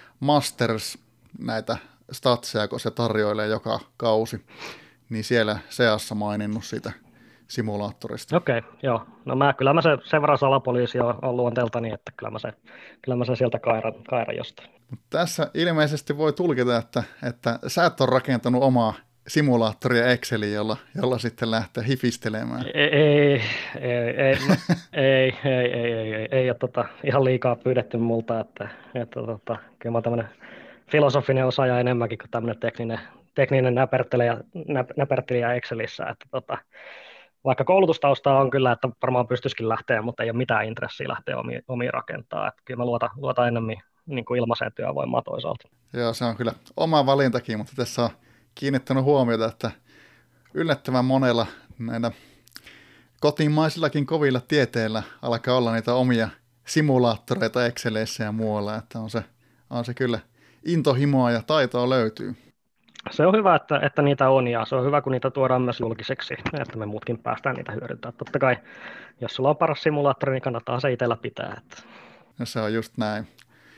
Masters näitä statseja, kun se tarjoilee joka kausi, niin siellä seassa maininnut siitä simulaattorista. Okei, okay, joo. No mä, kyllä mä se, sen verran salapoliisi on, on luonteeltani, että kyllä mä se, kyllä mä se sieltä kairan, kairan jostain. Tässä ilmeisesti voi tulkita, että, että sä et ole rakentanut omaa simulaattoria Exceliin, jolla, jolla sitten lähtee hifistelemään. Ei, ei, ei, ei, ei, ei, ei, ei, ei, ei ole tota, ihan liikaa pyydetty multa, että, että tota, kyllä mä oon tämmöinen filosofinen osaaja enemmänkin kuin tämmöinen tekninen, tekninen näpertelijä, nä, näpertelijä Excelissä, että tota, vaikka koulutustaustaa on kyllä, että varmaan pystyisikin lähteä, mutta ei ole mitään intressiä lähteä omiin, omiin rakentaa, että kyllä mä luotan, luotan enemmän niin kuin ilmaiseen työvoimaa toisaalta. Joo, se on kyllä oma valintakin, mutta tässä on kiinnittänyt huomiota, että yllättävän monella näillä kotimaisillakin kovilla tieteillä alkaa olla niitä omia simulaattoreita Exceleissä ja muualla, että on se, on se kyllä intohimoa ja taitoa löytyy. Se on hyvä, että, että niitä on, ja se on hyvä, kun niitä tuodaan myös julkiseksi, että me muutkin päästään niitä hyödyntämään. Totta kai, jos sulla on paras simulaattori, niin kannattaa se itsellä pitää. Että... No se on just näin.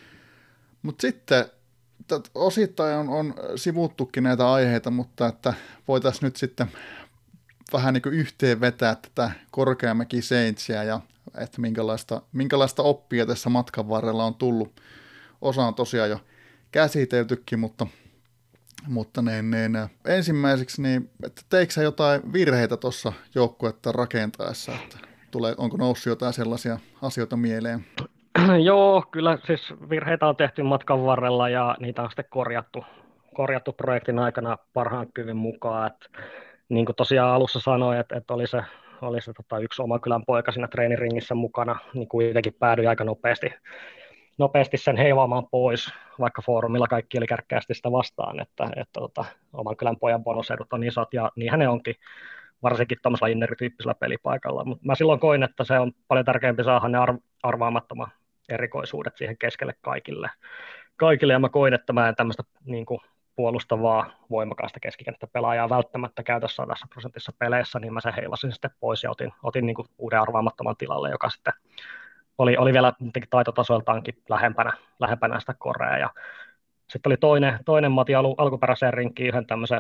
Mutta sitten osittain on, on sivuttukin näitä aiheita, mutta että voitaisiin nyt sitten vähän niin kuin yhteen vetää tätä Korkeamäki Saintsia ja että minkälaista, minkälaista oppia tässä matkan varrella on tullut. Osa on tosiaan jo käsiteltykin, mutta, mutta niin, niin, ensimmäiseksi, niin, että teikö sä jotain virheitä tuossa joukkuetta rakentaessa, että tulee, onko noussut jotain sellaisia asioita mieleen? Joo, kyllä siis virheitä on tehty matkan varrella ja niitä on sitten korjattu, korjattu projektin aikana parhaan kyvyn mukaan. Et, niin kuin tosiaan alussa sanoin, että, että oli se, oli se tota, yksi oma kylän poika siinä treeniringissä mukana, niin kuitenkin päädyi aika nopeasti, nopeasti sen heivaamaan pois, vaikka foorumilla kaikki oli kärkkäästi sitä vastaan, että, että tota, oman kylän pojan bonusedut on isot ja niinhän ne onkin, varsinkin tuollaisella innerityyppisellä pelipaikalla. Mutta mä silloin koin, että se on paljon tärkeämpi saada ne arv- arvaamattoman erikoisuudet siihen keskelle kaikille. Kaikille, ja mä koin, että mä en tämmöistä niin kuin puolustavaa, voimakasta keskikenttäpelaajaa välttämättä käytä sadassa prosentissa peleissä, niin mä sen heilasin sitten pois ja otin, otin niin kuin uuden arvaamattoman tilalle, joka sitten oli, oli vielä taitotasoiltaankin lähempänä, lähempänä sitä korea. Ja sitten oli toinen, toinen Mati al- alkuperäiseen rinkkiin yhden tämmöisen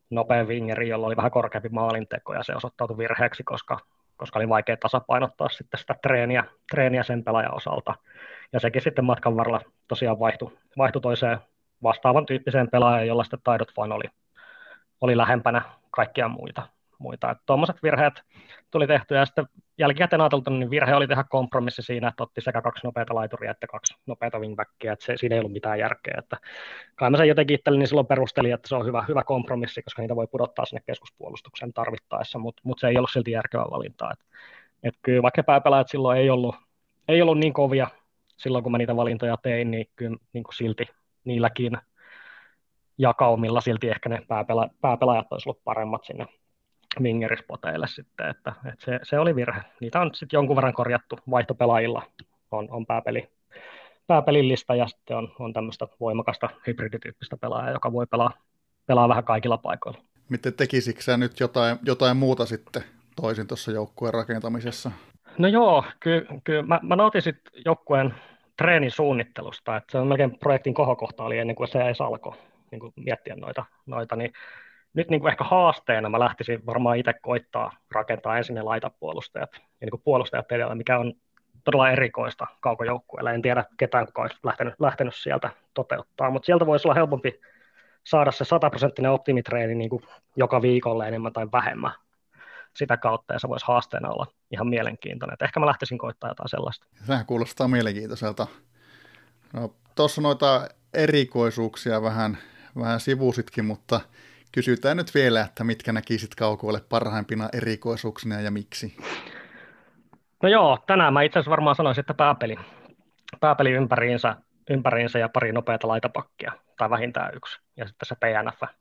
nopea wingeri, jolla oli vähän korkeampi maalinteko, ja se osoittautui virheeksi, koska, koska oli vaikea tasapainottaa sitten sitä treeniä, treeniä sen pelaajan osalta. Ja sekin sitten matkan varrella tosiaan vaihtui, vaihtui toiseen vastaavan tyyppiseen pelaajan, jolla sitten taidot vaan oli, oli lähempänä kaikkia muita. muita. Tuommoiset virheet tuli tehty, ja sitten jälkikäteen ajateltu, niin virhe oli tehdä kompromissi siinä, että otti sekä kaksi nopeata laituria että kaksi nopeata wingbackia, että se, siinä ei ollut mitään järkeä. Että kai mä sen jotenkin itselleni silloin perustelin, että se on hyvä, hyvä kompromissi, koska niitä voi pudottaa sinne keskuspuolustukseen tarvittaessa, mutta mut se ei ollut silti järkevää valintaa. Et, et kyllä vaikka pääpelaajat silloin ei ollut, ei ollut niin kovia silloin, kun mä niitä valintoja tein, niin kyllä niin kuin silti niilläkin jakaumilla silti ehkä ne pääpela- pääpelaajat olisi ollut paremmat sinne wingerispoteille sitten, että, että se, se, oli virhe. Niitä on sitten jonkun verran korjattu vaihtopelaajilla, on, on pääpeli, pääpelillistä ja sitten on, on tämmöistä voimakasta hybridityyppistä pelaajaa, joka voi pelaa, pelaa vähän kaikilla paikoilla. Miten tekisikö sä nyt jotain, jotain muuta sitten toisin tuossa joukkueen rakentamisessa? No joo, kyllä ky, mä, mä nautin sitten joukkueen treenin suunnittelusta, että se on melkein projektin kohokohta oli ennen kuin se edes alkoi niin kuin miettiä noita, noita niin nyt niin kuin ehkä haasteena mä lähtisin varmaan itse koittaa rakentaa ensin ne laitapuolustajat ja niin kuin puolustajat edellä, mikä on todella erikoista kaukojoukkueella. En tiedä ketään, kuka olisi lähtenyt, lähtenyt sieltä toteuttaa, mutta sieltä voisi olla helpompi saada se sataprosenttinen optimitreeni niin kuin joka viikolla enemmän tai vähemmän sitä kautta, ja se voisi haasteena olla ihan mielenkiintoinen. Et ehkä mä lähtisin koittaa jotain sellaista. Sehän kuulostaa mielenkiintoiselta. No, tuossa noita erikoisuuksia vähän, vähän sivusitkin, mutta kysytään nyt vielä, että mitkä näkisit kaukoille parhaimpina erikoisuuksina ja miksi? No joo, tänään mä itse asiassa varmaan sanoisin, että pääpeli, pääpeli ympäriinsä, ympäriinsä ja pari nopeata laitapakkia, tai vähintään yksi, ja sitten se P N F.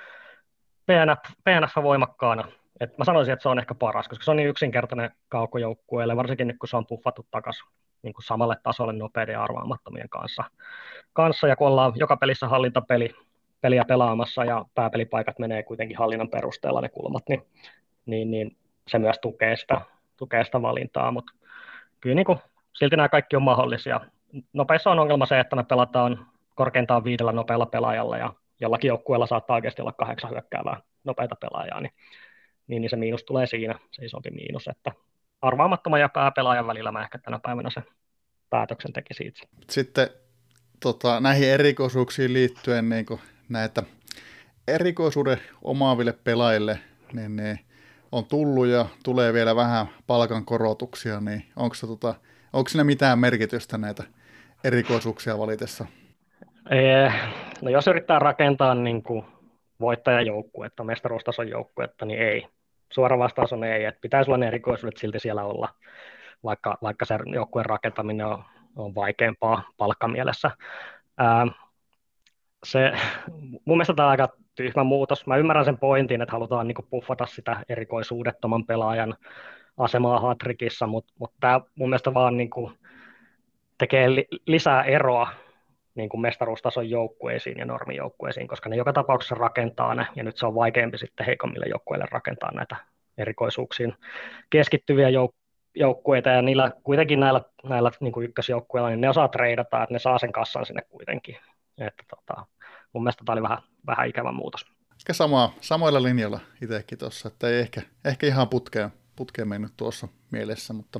P N F, P N F voimakkaana. Et mä sanoisin, että se on ehkä paras, koska se on niin yksinkertainen kaukojoukkueelle, varsinkin nyt kun se on puffattu takaisin niin kuin samalle tasolle nopeiden ja arvaamattomien kanssa. kanssa. Ja kun ollaan joka pelissä hallintapeli, peliä pelaamassa ja pääpelipaikat menee kuitenkin hallinnan perusteella ne kulmat, niin, niin, niin se myös tukee sitä, tukee sitä valintaa, mutta kyllä niin kuin, silti nämä kaikki on mahdollisia. Nopeissa on ongelma se, että me pelataan korkeintaan viidellä nopealla pelaajalla ja jollakin joukkueella saattaa oikeasti olla kahdeksan hyökkäävää nopeita pelaajaa, niin, niin, niin se miinus tulee siinä, se isompi miinus, että arvaamattoman ja pääpelaajan välillä mä ehkä tänä päivänä se päätöksen tekisin itse. Sitten tota, näihin erikoisuuksiin liittyen niin näitä erikoisuuden omaaville pelaajille, niin ne on tullut ja tulee vielä vähän palkankorotuksia, niin onko, se, tota, onko siinä mitään merkitystä näitä erikoisuuksia valitessa? Ee, no jos yrittää rakentaa niin kuin voittajajoukkuetta, mestaruustason joukkuetta, niin ei. Suora vastaus on ei, että pitäisi olla ne erikoisuudet silti siellä olla, vaikka, vaikka se joukkueen rakentaminen on, on vaikeampaa palkkamielessä. Ää, se, mun mielestä tämä on aika tyhmä muutos. Mä ymmärrän sen pointin, että halutaan niin kuin puffata sitä erikoisuudettoman pelaajan asemaa hat-trickissä, mutta, mutta tämä mun mielestä vaan niin kuin tekee li, lisää eroa niin kuin mestaruustason joukkueisiin ja normijoukkueisiin, koska ne joka tapauksessa rakentaa ne, ja nyt se on vaikeampi sitten heikommille joukkueille rakentaa näitä erikoisuuksiin keskittyviä jouk- joukkueita, ja niillä, kuitenkin näillä, näillä niin kuin ykkösjoukkueilla, niin ne osaa treidata, että ne saa sen kassan sinne kuitenkin. Että, tota, mun mielestä tämä oli vähän, vähän ikävä muutos. Ehkä sama, samoilla linjoilla itsekin tuossa, että ei ehkä, ehkä ihan putkeen, putkeen mennyt tuossa mielessä, mutta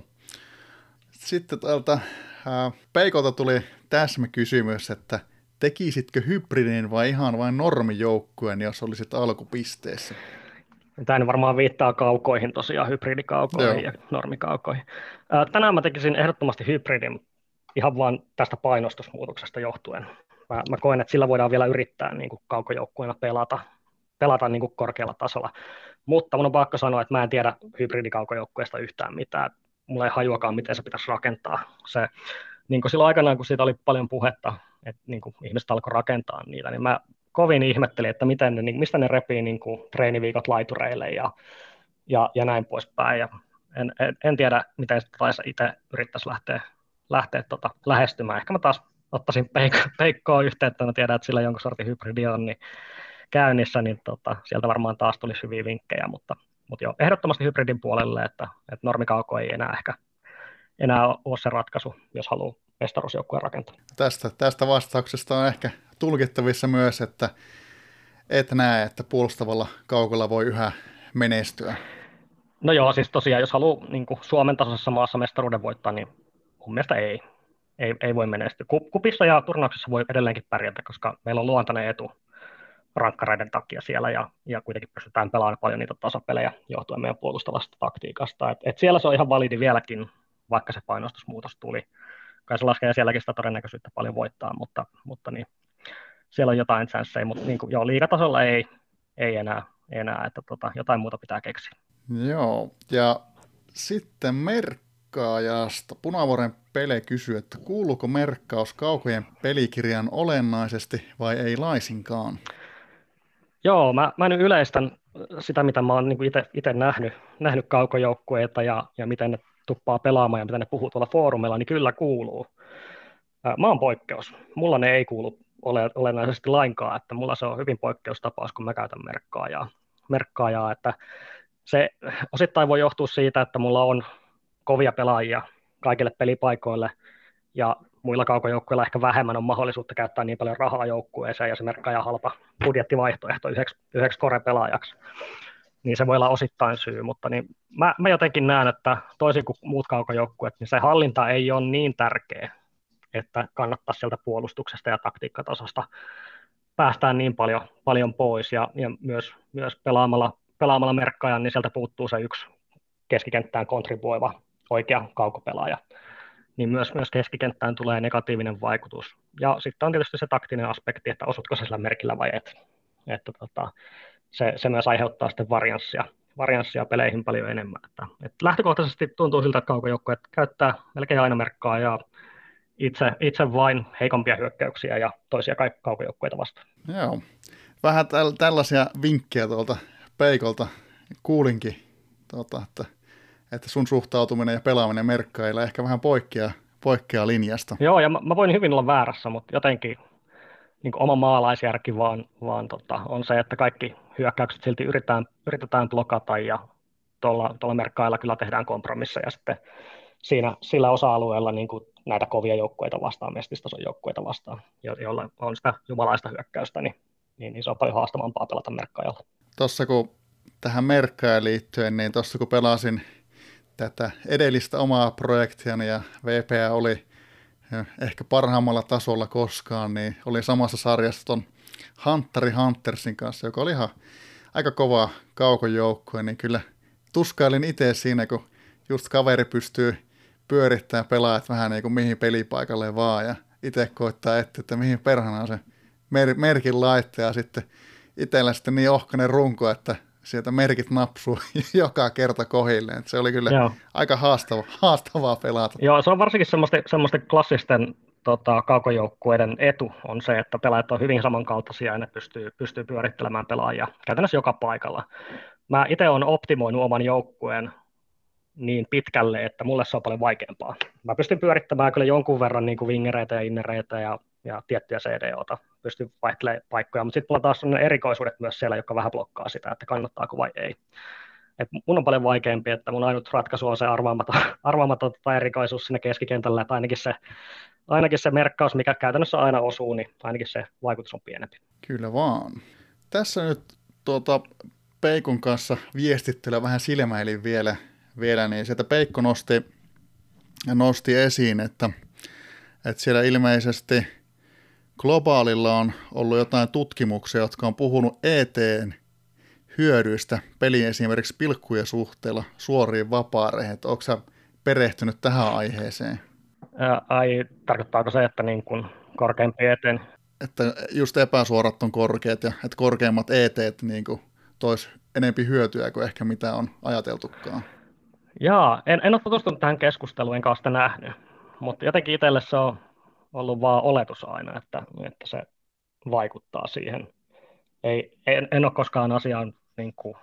sitten täältä ää, Peikolta tuli täsmäkysymys, että tekisitkö hybridin vai ihan vain normijoukkueen, jos olisit alkupisteessä? Tämä varmaan viittaa kaukoihin tosiaan, hybridikaukoihin Joo. ja normikaukoihin. Ää, tänään mä tekisin ehdottomasti hybridin ihan vaan tästä painostusmuutoksesta johtuen. Mä, mä koen, että sillä voidaan vielä yrittää niin kuin kaukojoukkueena pelata, pelata niin kuin korkealla tasolla. Mutta mun on pakko sanoa, että mä en tiedä hybridikaukojoukkueesta yhtään mitään. Mulla ei hajuakaan, miten se pitäisi rakentaa. Se, niin kuin silloin aikanaan, kun siitä oli paljon puhetta, että niin kuin ihmiset alkoi rakentaa niitä, niin mä kovin ihmettelin, että miten ne, niin, mistä ne repii niin kuin treeniviikot laitureille ja, ja, ja näin poispäin. Ja en, en, en tiedä, miten sitä itse yrittäisi lähteä, lähteä tota, lähestymään. Ehkä mä taas ottaisin peik- peikkoa yhteyttä, mä tiedän, että sillä jonkun sortin hybridi on niin käynnissä, niin tota, sieltä varmaan taas tulisi hyviä vinkkejä, mutta, mutta joo, ehdottomasti hybridin puolelle, että, että normikauko ei enää ehkä enää ole se ratkaisu, jos haluaa mestaruusjoukkueen rakentaa. Tästä, tästä vastauksesta on ehkä tulkittavissa myös, että et näe, että puolustavalla kaukolla voi yhä menestyä. No joo, siis tosiaan, jos haluaa niin kuin Suomen tasoisessa maassa mestaruuden voittaa, niin mun mielestä ei. Ei, ei voi menestyä. Ku- Kupissa ja turnauksessa voi edelleenkin pärjätä, koska meillä on luontainen etu rankkareiden takia siellä, ja, ja kuitenkin pystytään pelaamaan paljon niitä tasapelejä johtuen meidän puolustavasta taktiikasta. Et, et siellä se on ihan validi vieläkin, vaikka se painostusmuutos tuli. Kai se laskee sielläkin sitä todennäköisyyttä paljon voittaa, mutta, mutta niin, siellä on jotain chanceja, mutta niin kuin, joo, liigatasolla ei, ei enää, enää että tota, jotain muuta pitää keksiä. Joo, ja sitten merkkaajasta. Punavuoren Pele kysyy, että kuuluuko merkkaus kaukojen pelikirjan olennaisesti vai ei laisinkaan? Joo, mä, mä nyt yleistän sitä, mitä mä oon niin itse nähnyt, nähnyt kaukojoukkueita ja, ja miten ne tuppaa pelaamaan ja miten ne puhuu tuolla foorumilla, niin kyllä kuuluu. Mä oon poikkeus. Mulla ne ei kuulu ole, olennaisesti lainkaan, että mulla se on hyvin poikkeustapaus, kun mä käytän merkkaajaa. merkkaajaa että se osittain voi johtua siitä, että mulla on kovia pelaajia kaikille pelipaikoille, ja muilla kaukojoukkueilla ehkä vähemmän on mahdollisuutta käyttää niin paljon rahaa joukkueeseen, ja se merkkaaja halpa budjettivaihtoehto yhdeksi, yhdeksi core-pelaajaksi. Niin se voi olla osittain syy, mutta niin mä, mä jotenkin näen, että toisin kuin muut kaukojoukkueet, niin se hallinta ei ole niin tärkeä, että kannattaa sieltä puolustuksesta ja taktiikkatasosta päästään niin paljon, paljon pois, ja, ja myös, myös pelaamalla, pelaamalla merkkaajan, niin sieltä puuttuu se yksi keskikenttään kontribuoiva oikea kaukopelaaja, niin myös, myös keskikenttään tulee negatiivinen vaikutus. Ja sitten on tietysti se taktinen aspekti, että osutko se sillä merkillä vai et. Että tota, se, se myös aiheuttaa sitten varianssia, varianssia peleihin paljon enemmän. Että, että lähtökohtaisesti tuntuu siltä, että kaukojoukkueet käyttää melkein aina merkkaa ja itse, itse vain heikompia hyökkäyksiä ja toisia kaukojoukkueita vastaan. Joo, vähän täl- tällaisia vinkkejä tuolta Peikolta kuulinkin, tuota, että, että sun suhtautuminen ja pelaaminen merkkailla ehkä vähän poikkeaa, poikkeaa linjasta. Joo, ja mä, mä voin hyvin olla väärässä, mutta jotenkin niin kuin oma maalaisjärki vaan, vaan tota, on se, että kaikki hyökkäykset silti yritetään, yritetään blokata, ja tuolla, tuolla merkkailla kyllä tehdään kompromisseja sitten siinä, sillä osa-alueella niin kuin näitä kovia joukkueita vastaan, mestistason joukkueita vastaan, jo, joilla on sitä jumalaista hyökkäystä, niin, niin, niin se on paljon haastavampaa pelata merkkailla. Tuossa kun tähän merkkaan liittyen, niin tuossa kun pelasin tätä edellistä omaa projektiani ja V P A oli ehkä parhaimmalla tasolla koskaan, niin oli samassa sarjassa ton Hunteri Huntersin kanssa, joka oli ihan aika kova kaukojoukkue, niin kyllä tuskailin itse siinä, kun just kaveri pystyy pyörittämään pelaajat vähän niin kuin mihin pelipaikalle vaan, ja itse koittaa etsiä, että mihin perhanaan se mer- merkin laittaa, ja sitten itsellä sitten niin ohkainen runko, että sieltä merkit napsuu joka kerta kohilleen. Se oli kyllä Joo. aika haastava, haastavaa pelata. Joo, se on varsinkin semmoisten, semmoisten klassisten tota, kaukojoukkueiden etu on se, että pelaajat on hyvin samankaltaisia ja ne pystyy, pystyy pyörittelemään pelaajia käytännössä joka paikalla. Mä itse olen optimoinut oman joukkueen niin pitkälle, että mulle se on paljon vaikeampaa. Mä pystyn pyörittämään kyllä jonkun verran niin kuin wingereitä ja innereitä ja, ja tiettyjä C D O:ta, pystyn vaihtelemaan paikkoja, mutta sitten mulla taas on erikoisuudet myös siellä, jotka vähän blokkaa sitä, että kannattaako vai ei. Et mun on paljon vaikeampi, että mun ainut ratkaisu on se arvaamaton, arvaamaton tota erikoisuus sinne keskikentällä, että ainakin se, ainakin se merkkaus, mikä käytännössä aina osuu, niin ainakin se vaikutus on pienempi. Kyllä vaan. Tässä nyt tuota, Peikon kanssa viestittelyä vähän silmäilin vielä, vielä, niin sieltä Peikko nosti, nosti esiin, että, että siellä ilmeisesti globaalilla on ollut jotain tutkimuksia, jotka on puhunut E T:n hyödyistä pelin esimerkiksi pilkkujen suhteella suoriin vapaareihin. Onko sä perehtynyt tähän aiheeseen? Ää, ai, tarkoittaako se, että niin kuin korkeampi E T? Että just epäsuorat on korkeat ja että korkeammat E T:t niin kuin tois enempi hyötyä kuin ehkä mitä on ajateltukaan. Jaa, en, en ole tutustunut tähän keskusteluun, enkä ole sitä nähnyt, mutta jotenkin itselle se on ollut vaan oletus aina, että, että se vaikuttaa siihen. Ei, en, en ole koskaan asiaan niin kuin,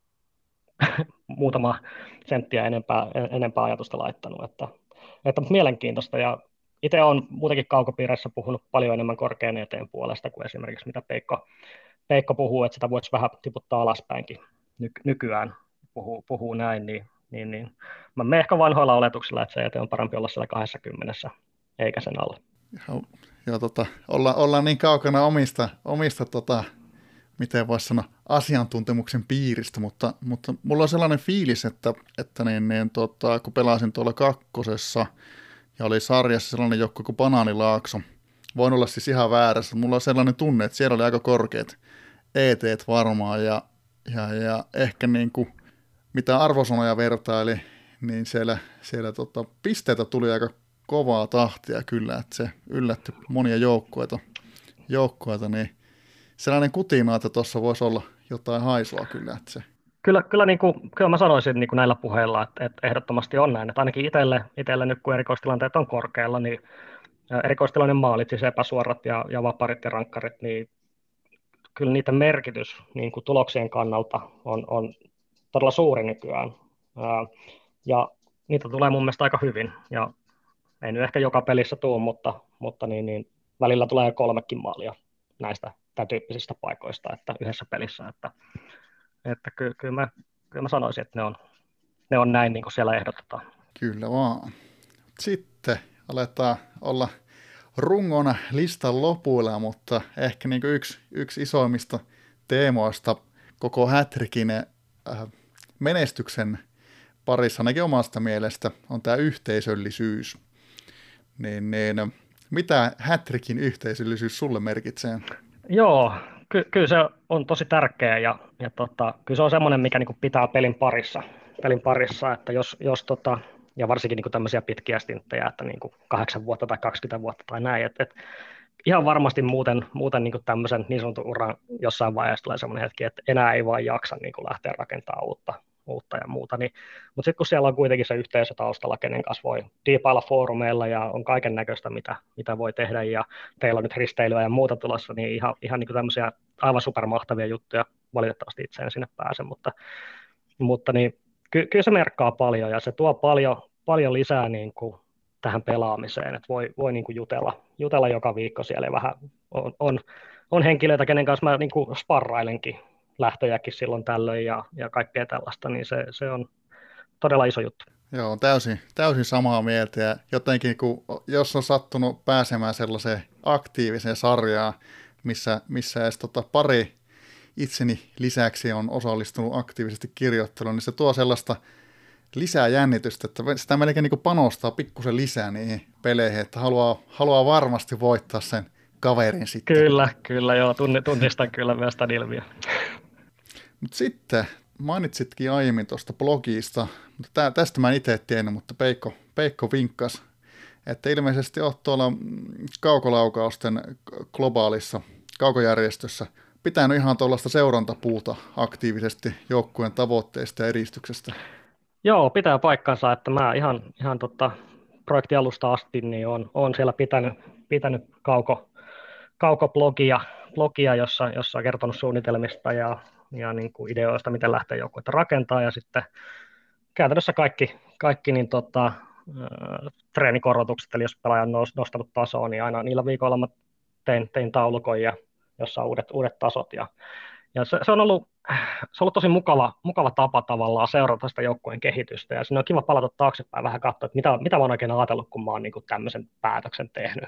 muutama senttiä enempää, enempää ajatusta laittanut, että, että mielenkiintoista. Ja itse olen muutenkin kaukopiirissä puhunut paljon enemmän korkean eteen puolesta kuin esimerkiksi mitä Peikko, Peikko puhuu, että sitä voisi vähän tiputtaa alaspäinkin ny, nykyään puhuu, puhuu näin, niin, niin, niin. Mä menen ehkä vanhoilla oletuksilla, että se eteen on parempi olla siellä kaksikymmentä eikä sen alla. Joo, joo tota, olla, ollaan niin kaukana omista, omista tota, miten voisi sanoa, asiantuntemuksen piiristä, mutta, mutta mulla on sellainen fiilis, että, että niin, niin, tota, kun pelasin tuolla kakkosessa ja oli sarjassa sellainen joukko kuin Banaanilaakso, voin olla siis ihan väärässä, mulla on sellainen tunne, että siellä oli aika korkeat E T:t varmaan ja, ja, ja ehkä niin kuin, mitä arvosanoja vertaili, niin siellä, siellä tota, pisteitä tuli aika kovaa tahtia kyllä, että se yllätti monia joukkueita, joukkueita niin sellainen kutina, että tuossa voisi olla jotain haisua kyllä. Että se. Kyllä, kyllä, niin kuin, kyllä mä sanoisin niin kuin näillä puheilla, että, että ehdottomasti on näin. Että ainakin itselle, itselle nyt kun erikoistilanteet on korkealla, niin erikoistilanne maalit, siis epäsuorat ja, ja vaparit ja rankkarit, niin kyllä niiden merkitys niin kuin tuloksien kannalta on, on todella suuri nykyään. Ää, ja niitä tulee mun mielestä aika hyvin. Ja ei nyt ehkä joka pelissä tule, mutta, mutta niin, niin, välillä tulee kolmekin maalia näistä tämän tyyppisistä paikoista että yhdessä pelissä. Että, että ky, kyllä, mä, kyllä mä sanoisin, että ne on, ne on näin, niin kuin siellä ehdotetaan. Kyllä vaan. Sitten aletaan olla rungona listan lopuilla, mutta ehkä niin kuin yksi, yksi isoimmista teemoista koko Hätrikin äh, menestyksen parissa, ainakin omasta mielestä, on tämä yhteisöllisyys. Niin, niin, mitä Hätrikin yhteisöllisyys sulle merkitsee? Joo, ky- kyllä se on tosi tärkeä ja, ja tota, kyllä se on semmoinen, mikä niinku pitää pelin parissa, pelin parissa, että jos, jos tota, ja varsinkin niinku tämmöisiä pitkiä stinttejä, että niinku kahdeksan vuotta tai kaksikymmentä vuotta tai näin, että et ihan varmasti muuten, muuten niinku tämmöisen niin sanotun uran jossain vaiheessa tulee semmoinen hetki, että enää ei vaan jaksa niinku lähteä rakentamaan uutta, uutta ja muuta, niin, mutta sitten kun siellä on kuitenkin se yhteisö taustalla, kenen kanssa voi diipailla foorumeilla ja on kaiken näköistä, mitä, mitä voi tehdä ja teillä on nyt risteilyä ja muuta tulossa, niin ihan, ihan niin kuin tämmöisiä aivan supermahtavia juttuja, valitettavasti itse en sinne pääse, mutta, mutta niin, ky, kyllä se merkkaa paljon ja se tuo paljon, paljon lisää niin kuin tähän pelaamiseen, että voi, voi niin kuin jutella, jutella joka viikko siellä ja vähän on, on, on henkilöitä, kenen kanssa mä niin kuin sparrailenkin lähtöjäkin silloin tällöin ja, ja kaikkea tällaista, niin se, se on todella iso juttu. Joo, täysin, täysin samaa mieltä ja jotenkin kun, jos on sattunut pääsemään sellaiseen aktiiviseen sarjaan, missä, missä edes tota pari itseni lisäksi on osallistunut aktiivisesti kirjoitteluun, niin se tuo sellaista lisää jännitystä, että sitä melkein niin panostaa pikkusen lisää niihin peleihin, että haluaa, haluaa varmasti voittaa sen kaverin sitten. Kyllä, kyllä joo, tunnistan kyllä myös tämän ilmiön. Mutta sitten mainitsitkin aiemmin tuosta blogista, mutta tästä mä en itse tiennyt, mutta Peikko, Peikko vinkkas, että ilmeisesti olet tuolla kaukolaukausten globaalissa kaukojärjestössä pitänyt ihan tuollaista seurantapuuta aktiivisesti joukkueen tavoitteista ja edistyksestä. Joo, pitää paikkansa, että mä ihan, ihan tota, projektialusta asti niin on, on siellä pitänyt, pitänyt kauko, kaukoblogia, blogia, jossa, jossa on kertonut suunnitelmista ja, ja niin kuin ideoista, miten lähtee joukkuetta rakentaa ja sitten käytännössä kaikki, kaikki niin tota, äh, treenikorotukset, eli jos pelaaja on nostanut tasoa, niin aina niillä viikoilla mä tein, tein taulukon, ja, jossa on uudet, uudet tasot. Ja, ja se, se, on ollut, se on ollut tosi mukava, mukava tapa tavallaan seurata sitä joukkueen kehitystä, ja siinä on kiva palata taaksepäin vähän katsoa, että mitä, mitä mä oon oikein ajatellut, kun mä oon niin kuin tämmöisen päätöksen tehnyt.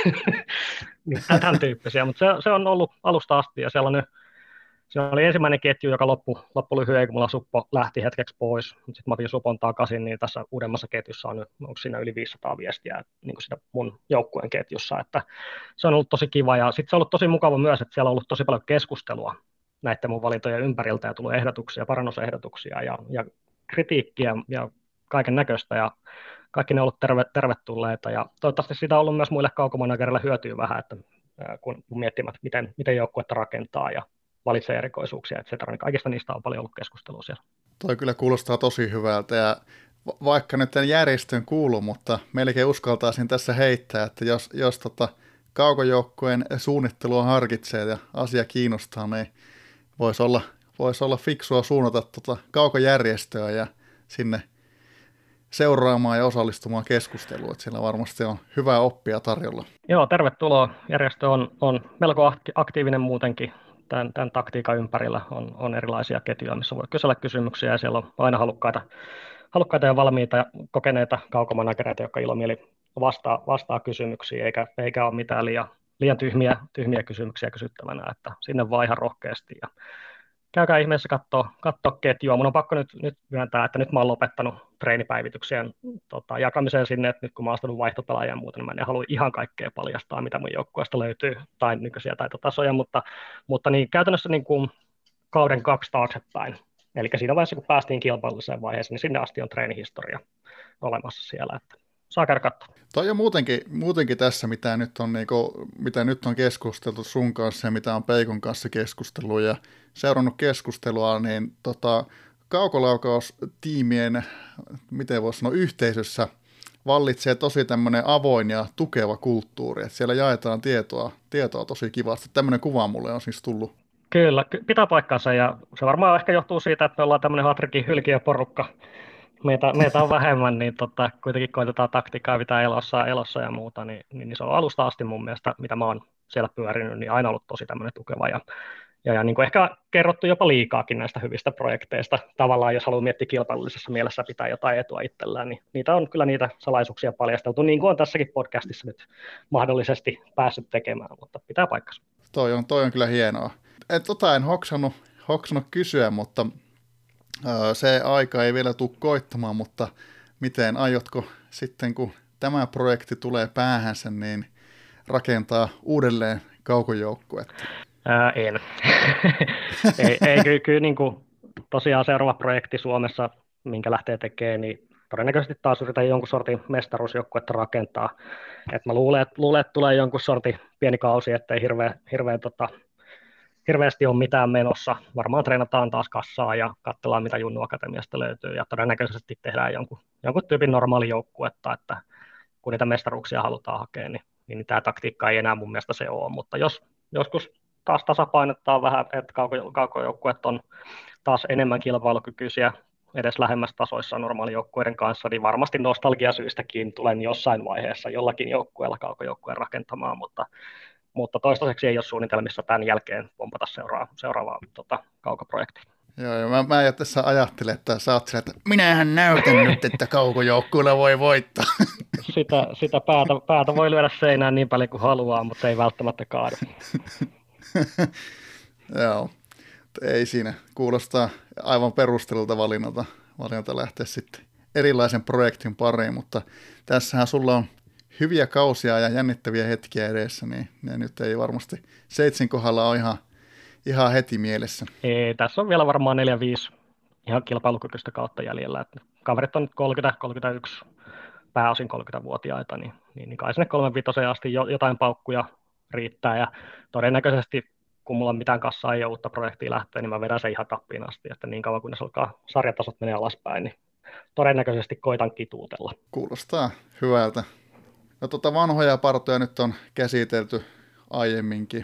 Niin, tämän tyyppisiä, mutta se, se on ollut alusta asti, ja siellä on nyt Siinä oli ensimmäinen ketju, joka loppui, loppui lyhyen, kun mulla Suppo lähti hetkeksi pois. Sitten mä otin Supon takaisin, niin tässä uudemmassa ketjussa on nyt, onko siinä yli viisisataa viestiä niin kuin siinä mun joukkueen ketjussa. Että se on ollut tosi kiva ja sitten se on ollut tosi mukava myös, että siellä on ollut tosi paljon keskustelua näiden mun valintojen ympäriltä ja tullut ehdotuksia, parannusehdotuksia ja, ja kritiikkiä ja kaiken näköistä. Ja kaikki ne on ollut terve, tervetulleita ja toivottavasti siitä on ollut myös muille kaukomanagerille hyötyä vähän, että kun miettimät, miten, miten joukkuetta rakentaa ja valitsee erikoisuuksia, et cetera. Kaikista niistä on paljon ollut keskustelua siellä. Toi kyllä kuulostaa tosi hyvältä ja vaikka nyt en järjestön kuulu, mutta melkein uskaltaisin tässä heittää, että jos, jos tota kaukojoukkueen suunnittelua harkitsee ja asia kiinnostaa, niin voisi olla, vois olla fiksua suunnata tota kaukojärjestöä ja sinne seuraamaan ja osallistumaan keskusteluun, että siellä varmasti on hyvää oppia tarjolla. Joo, tervetuloa. Järjestö on, on melko aktiivinen muutenkin. Tämän, tämän taktiikan ympärillä on, on erilaisia ketjuja, missä voi kysellä kysymyksiä ja siellä on aina halukkaita, halukkaita ja valmiita ja kokeneita kaukomanagereita, jotka ilomieli vastaa, vastaa kysymyksiin eikä, eikä ole mitään liian liian tyhmiä, tyhmiä kysymyksiä kysyttävänä, että sinne vaan ihan rohkeasti. Ja käykää ihmeessä katsoa, katsoa ketjua. Mun on pakko nyt, nyt myöntää, että nyt mä oon lopettanut treenipäivityksien tota, jakamiseen sinne, että nyt kun mä oon ostanut vaihtopelaajia ja muuta, niin mä en halua ihan kaikkea paljastaa, mitä mun joukkueesta löytyy, tai nykyisiä taitotasoja, mutta, mutta niin, käytännössä niin kuin kauden kaksi taaksepäin. Eli siinä vaiheessa, kun päästiin kilpailulliseen vaiheeseen, niin sinne asti on treenihistoria olemassa siellä, että saa käydä katsoa. Toi on muutenkin, muutenkin tässä, mitä nyt, on, niinku, mitä nyt on keskusteltu sun kanssa ja mitä on Peikon kanssa keskustellut ja seurannut keskustelua, niin tota, kaukolaukaus-tiimien, miten voisi sanoa, yhteisössä vallitsee tosi tämmöinen avoin ja tukeva kulttuuri, että siellä jaetaan tietoa, tietoa tosi kivasti. Tämmöinen kuva mulle on siis tullut. Kyllä, pitää paikkansa ja se varmaan ehkä johtuu siitä, että me ollaan tämmöinen Hatrikin hylkiöporukka. Meitä, meitä on vähemmän, niin tota, kuitenkin koitetaan taktiikkaa pitää elossa, elossa ja muuta, niin, niin, niin se on alusta asti mun mielestä, mitä mä oon siellä pyörinyt, niin aina ollut tosi tämmöinen tukeva ja, ja, ja niin kuin ehkä kerrottu jopa liikaakin näistä hyvistä projekteista. Tavallaan jos haluaa miettiä kilpailullisessa mielessä pitää jotain etua itsellään, niin niitä on kyllä niitä salaisuuksia paljasteltu, niin kuin on tässäkin podcastissa nyt mahdollisesti päässyt tekemään, mutta pitää paikkansa. Toi on, toi on kyllä hienoa. Et tota en hoksannut, hoksannut kysyä, mutta öö, se aika ei vielä tule koittamaan, mutta miten aiotko sitten, kun tämä projekti tulee päähänsä, niin rakentaa uudelleen kaukojoukkuetta? Ää, en. ei, ei kyllä, kyllä niin kuin, tosiaan seuraava projekti Suomessa, minkä lähtee tekemään, niin todennäköisesti taas yritän jonkun sortin mestaruusjoukkuetta rakentaa. Et mä luulen, että, luulen, että tulee jonkun sortin pieni kausi, ettei hirveä, hirveä, tota, hirveästi ole mitään menossa. Varmaan treenataan taas kassaa ja katsellaan, mitä Junnu Akatemiasta löytyy, ja todennäköisesti tehdään jonkun, jonkun tyypin normaali joukkuetta, että kun niitä mestaruuksia halutaan hakea, niin, niin tämä taktiikka ei enää mun mielestä se ole, mutta jos joskus taas tasapainottaa vähän, että kaukojoukkueet on taas enemmän kilpailukykyisiä edes lähemmäs tasoissa normaalijoukkueiden kanssa, niin varmasti nostalgiasyistäkin tulen jossain vaiheessa jollakin joukkueella kaukojoukkueen rakentamaan, mutta, mutta toistaiseksi ei ole suunnitelmissa tämän jälkeen pompata seuraa, seuraavaa tota, kaukoprojektia. Joo, ja mä, mä tässä ajattelen, että sä oot sillä, että minähän näytän nyt, että kaukojoukkueella voi voittaa. Sitä, sitä päätä, päätä voi lyödä seinään niin paljon kuin haluaa, mutta ei välttämättä kaadu. Joo, ei siinä. Kuulostaa aivan perustelulta valinnalta, valinnalta lähteä sitten erilaisen projektin pariin, mutta tässähän sulla on hyviä kausia ja jännittäviä hetkiä edessä, niin ne nyt ei varmasti seitsin kohdalla ole ihan, ihan heti mielessä. Ei, tässä on vielä varmaan neljä viisi ihan kilpailukykyistä kautta jäljellä. Että kaverit on nyt kolmekymmentä kolmekymmentäyksi, pääosin kolmekymmentävuotiaita, niin, niin, niin kai sinne kolmekymmentäviisi asti jo, jotain paukkuja riittää, ja todennäköisesti kun mulla mitään kassaa ei ole uutta projektia lähteä, niin mä vedän sen ihan tappiin asti, että niin kauan kunnes alkaa sarjatasot menee alaspäin, niin todennäköisesti koitan kituutella. Kuulostaa hyvältä. No tota vanhoja partoja nyt on käsitelty aiemminkin.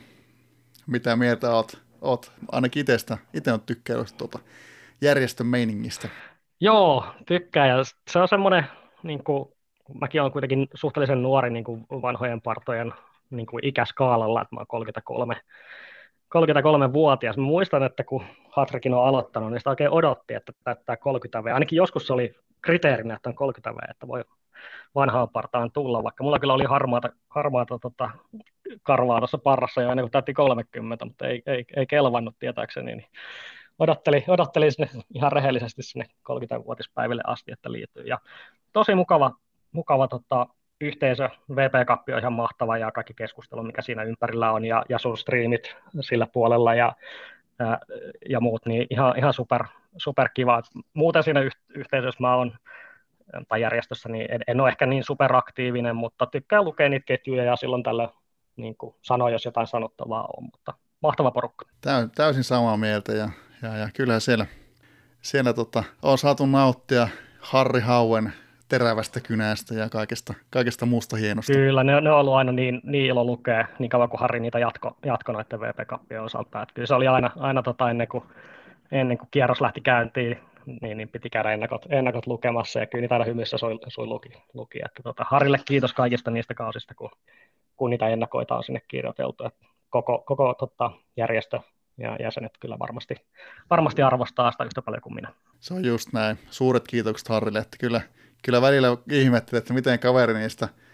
Mitä mieltä oot, oot ainakin itsestä, itse on tykkäillyt tuota järjestön meiningistä? Joo, tykkään, ja se on semmoinen, niin kuin, mäkin olen kuitenkin suhteellisen nuori niin kuin vanhojen partojen niin kuin ikäskaalalla, että mä oon kolmekymmentäkolme, kolmekymmentäkolme-vuotias. Mä muistan, että kun Hatrikin on aloittanut, niin sitä oikein odotti, että täyttää kolmekymmentä vuotta. Ainakin joskus se oli kriteerinä, että on kolmekymmentä vuotta, että voi vanhaan partaan tulla, vaikka mulla kyllä oli harmaata, harmaata tota, karvaa tuossa parrassa jo ennen kuin täytti kolmekymmentä, mutta ei, ei, ei kelvannut tietääkseni, niin odottelin, odottelin sinne ihan rehellisesti sinne kolmekymmentävuotispäiville asti, että liittyy. Ja tosi mukava, mukava tota, yhteisö, V P-Cup on ihan mahtava ja kaikki keskustelu, mikä siinä ympärillä on, ja, ja sun striimit sillä puolella ja, ja, ja muut, niin ihan, ihan super, super kiva. Muuten siinä yhteisössä mä oon, tai järjestössä, niin en, en ole ehkä niin superaktiivinen, mutta tykkään lukea niitä ketjuja ja silloin tällä niin kuin sanoa, jos jotain sanottavaa on, mutta mahtava porukka. Täysin samaa mieltä, ja, ja, ja kyllähän siellä, siellä tota, on saatu nauttia Harri Hauen terävästä kynästä ja kaikesta, kaikesta muusta hienosta. Kyllä, ne, ne on ollut aina niin, niin ilo lukea, niin kauan kuin Harri niitä jatko, jatko noiden V P-kappien osalta. Että kyllä se oli aina, aina tota ennen, kuin, ennen kuin kierros lähti käyntiin, niin, niin piti käydä ennakot, ennakot lukemassa, ja kyllä niitä aina hymyssä sui, sui luki. luki. Että tota, Harrille kiitos kaikista niistä kausista, kun, kun niitä ennakoita on sinne kirjoiteltu. Että koko koko tota, järjestö ja jäsenet kyllä varmasti, varmasti arvostaa sitä yhtä paljon kuin minä. Se on just näin. Suuret kiitokset Harrille, että kyllä Kyllä välillä ihmettelee, että miten kaveri niistä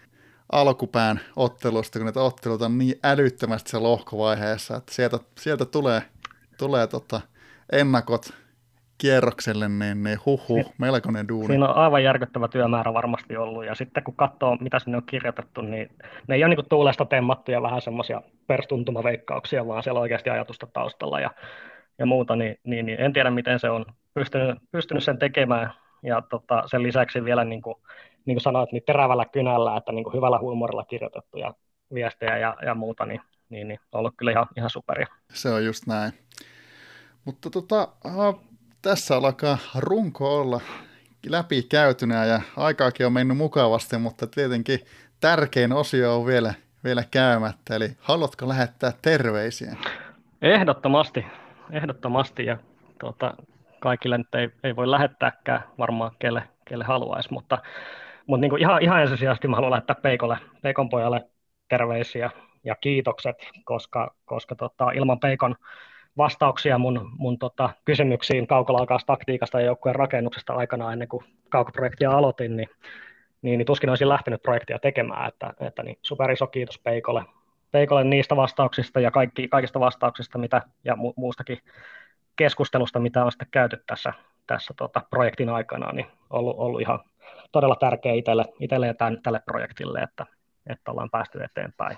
alkupään ottelusta, kun näitä otteluita on niin älyttömästi se lohkovaiheessa, että sieltä, sieltä tulee, tulee tota ennakot kierrokselle, niin, niin huhhuh, melkoinen duuni. Siinä on aivan järkyttävä työmäärä varmasti ollut, ja sitten kun katsoo, mitä sinne on kirjoitettu, niin ne ei ole niin tuulesta temmattuja vähän semmoisia perstuntumaveikkauksia, vaan siellä on oikeasti ajatusta taustalla ja, ja muuta, niin, niin, niin en tiedä, miten se on pystynyt, pystynyt sen tekemään, ja tota, sen lisäksi vielä, niin kuin, niin kuin sanoit, niin terävällä kynällä, että niin kuin hyvällä huumorilla kirjoitettuja viestejä ja, ja muuta, niin, niin, niin on ollut kyllä ihan, ihan superia. Se on just näin. Mutta tota, tässä alkaa runko olla läpi käytynä ja aikaakin on mennyt mukavasti, mutta tietenkin tärkein osio on vielä, vielä käymättä, eli haluatko lähettää terveisiä? Ehdottomasti, ehdottomasti ja tuota, kaikille nyt ei, ei voi lähettääkään varmaan kelle, kelle haluaisi, mutta, mutta niin kuin ihan, ihan ensisijaisesti mä haluan lähettää Peikolle, Peikon pojalle terveisiä ja kiitokset, koska, koska tota, ilman Peikon vastauksia mun, mun tota, kysymyksiin kaukolaukaustaktiikasta ja joukkueen rakennuksesta aikanaan ennen kuin kaukoprojektia aloitin, niin, niin, niin tuskin olisin lähtenyt projektia tekemään, että, että niin super iso kiitos Peikolle, Peikolle niistä vastauksista ja kaikki, kaikista vastauksista mitä, ja mu, muustakin keskustelusta, mitä on sitten käyty tässä, tässä tota, projektin aikana, niin ollut, ollut ihan todella tärkeä itselle, itselle ja tämän, tälle projektille, että, että ollaan päästy eteenpäin.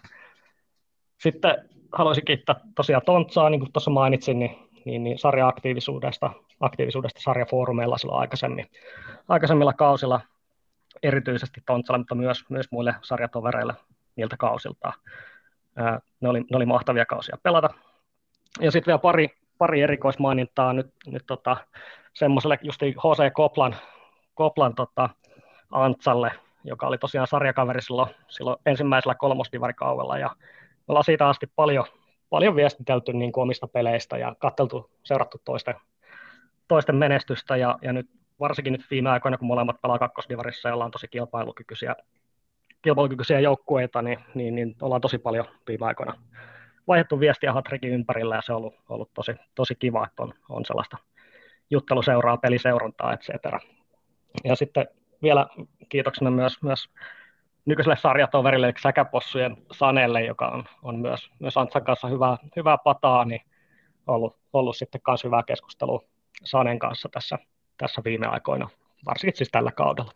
Sitten haluaisin kiittää tosiaan Tontsaa, niin kuin tuossa mainitsin, niin, niin, niin sarja-aktiivisuudesta aktiivisuudesta sarjafoorumeilla silloin aikaisemmin, aikaisemmilla kausilla, erityisesti Tontsalle, mutta myös, myös muille sarjatovereille niiltä kausilta. Ää, ne, oli, ne oli mahtavia kausia pelata. Ja sitten vielä pari, pari erikoismainintaa nyt, nyt tota, semmoiselle justi H C Koplan, Koplan tota, Antsalle, joka oli tosiaan sarjakaveri silloin, silloin ensimmäisellä kolmosdivarikaudella, ja me ollaan siitä asti paljon, paljon viestitelty niin kuin omista peleistä ja katseltu, seurattu toisten, toisten menestystä, ja, ja nyt varsinkin nyt viime aikoina, kun molemmat pelaa kakkosdivarissa ja ollaan tosi kilpailukykyisiä, kilpailukykyisiä joukkueita, niin, niin, niin ollaan tosi paljon viime aikoina vaihdettu viestiä Hatrikin ympärillä, ja se on ollut, ollut tosi, tosi kiva, että on, on sellaista jutteluseuraa, peliseurantaa, et cetera. Ja sitten vielä kiitoksena myös, myös nykyiselle sarjatoverille, eli Säkäpossujen Sanelle, joka on, on myös, myös Antsan kanssa hyvää, hyvää pataa, niin ollut, ollut sitten myös hyvää keskustelua Sanen kanssa tässä, tässä viime aikoina, varsinkin siis tällä kaudella.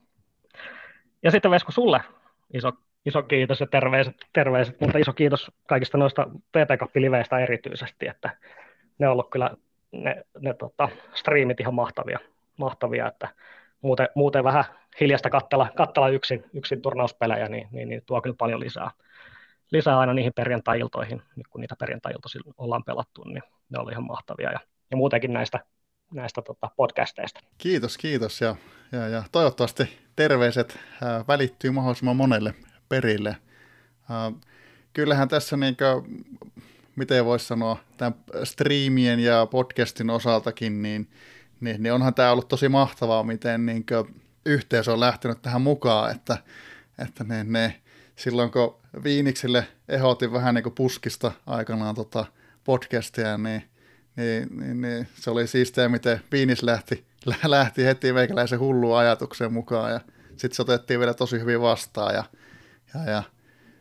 Ja sitten Vesku sulle iso, iso kiitos ja terveiset, terveiset, mutta iso kiitos kaikista noista P T Cup-liveistä erityisesti, että ne on ollut kyllä ne, ne tota, striimit ihan mahtavia, mahtavia että muuten, muuten vähän hiljasta kattella, kattella yksin, yksin turnauspelejä, niin, niin, niin tuo kyllä paljon lisää, lisää aina niihin perjantai-iltoihin, nyt kun niitä perjantai-iltoisin ollaan pelattu, niin ne oli ihan mahtavia ja, ja muutenkin näistä, näistä tota, podcasteista. Kiitos, kiitos ja, ja, ja toivottavasti terveiset äh, välittyy mahdollisimman monelle perille. Äh, kyllähän tässä niinkö, miten voisi sanoa, tämän striimien ja podcastin osaltakin, niin Niin, niin onhan tämä ollut tosi mahtavaa, miten niin yhteisö on lähtenyt tähän mukaan, että, että ne, ne, silloin kun Viiniksille ehdotin vähän niin kuin puskista aikanaan tota podcastia, niin, niin, niin, niin se oli siistiä, miten Viinis lähti, lähti heti meikäläisen hulluun ajatukseen mukaan, ja sitten se otettiin vielä tosi hyvin vastaan, ja, ja, ja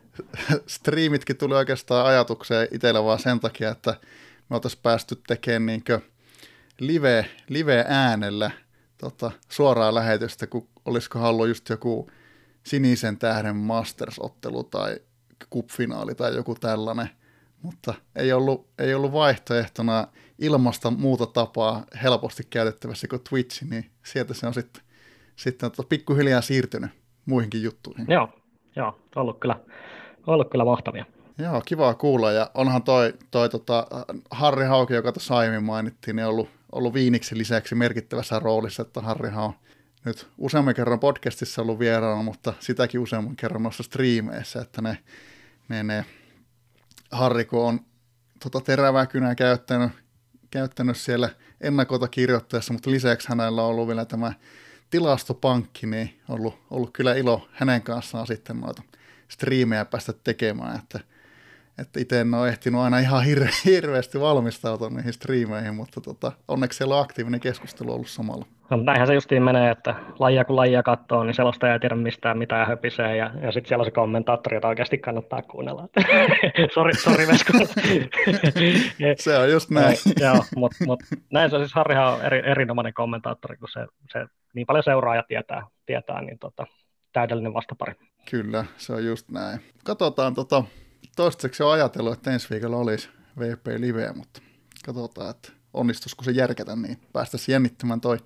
striimitkin tuli oikeastaan ajatukseen itsellä vaan sen takia, että me oltaisiin päästy tekemään niin kuin live, live-äänellä tota, suoraa lähetystä, kun olisiko halunnut just joku Sinisen tähden Masters-ottelu tai Cup-finaali tai joku tällainen, mutta ei ollut, ei ollut vaihtoehtona ilmasta muuta tapaa helposti käytettävässä kuin Twitch, niin sieltä se on sitten, sitten tota, pikkuhiljaa siirtynyt muihinkin juttuihin. Joo, joo ollut, kyllä, ollut kyllä mahtavia. Joo, kivaa kuulla, ja onhan toi, toi tota, Harri Hauki, joka tuossa aiemmin mainittiin, niin on ollut, ollut Viiniksen lisäksi merkittävässä roolissa, että Harrihan on nyt useamman kerran podcastissa ollut vieraana, mutta sitäkin useamman kerran noissa striimeissä, että ne, ne, ne Harri, kun on tota terävää kynää käyttänyt, käyttänyt siellä ennakota kirjoittajassa, mutta lisäksi hänellä on ollut vielä tämä tilastopankki, niin on ollut, ollut kyllä ilo hänen kanssaan sitten noita striimejä päästä tekemään, että että itse en ole ehtinyt aina ihan hir- hirveästi valmistautua niihin striimeihin, mutta tota, onneksi siellä on aktiivinen keskustelu ollut samalla. No, näinhän se justiin menee, että lajia kun lajia katsoo, niin selostaja ei tiedä mistään mitään höpisee, ja, ja sitten siellä on se kommentaattori, jota oikeasti kannattaa kuunnella. Sori, sori Vesku. Se on just näin. Joo, mutta mut, näin se on siis Harrihan on eri, erinomainen kommentaattori, kun se, se niin paljon seuraaja tietää, tietää niin tota, täydellinen vastapari. Kyllä, se on just näin. Katsotaan, tota, toistaiseksi on ajatellut, että ensi viikolla olisi V P-liveä, mutta katsotaan, että onnistuisiko se järkätä, niin päästäisiin jännittämään toi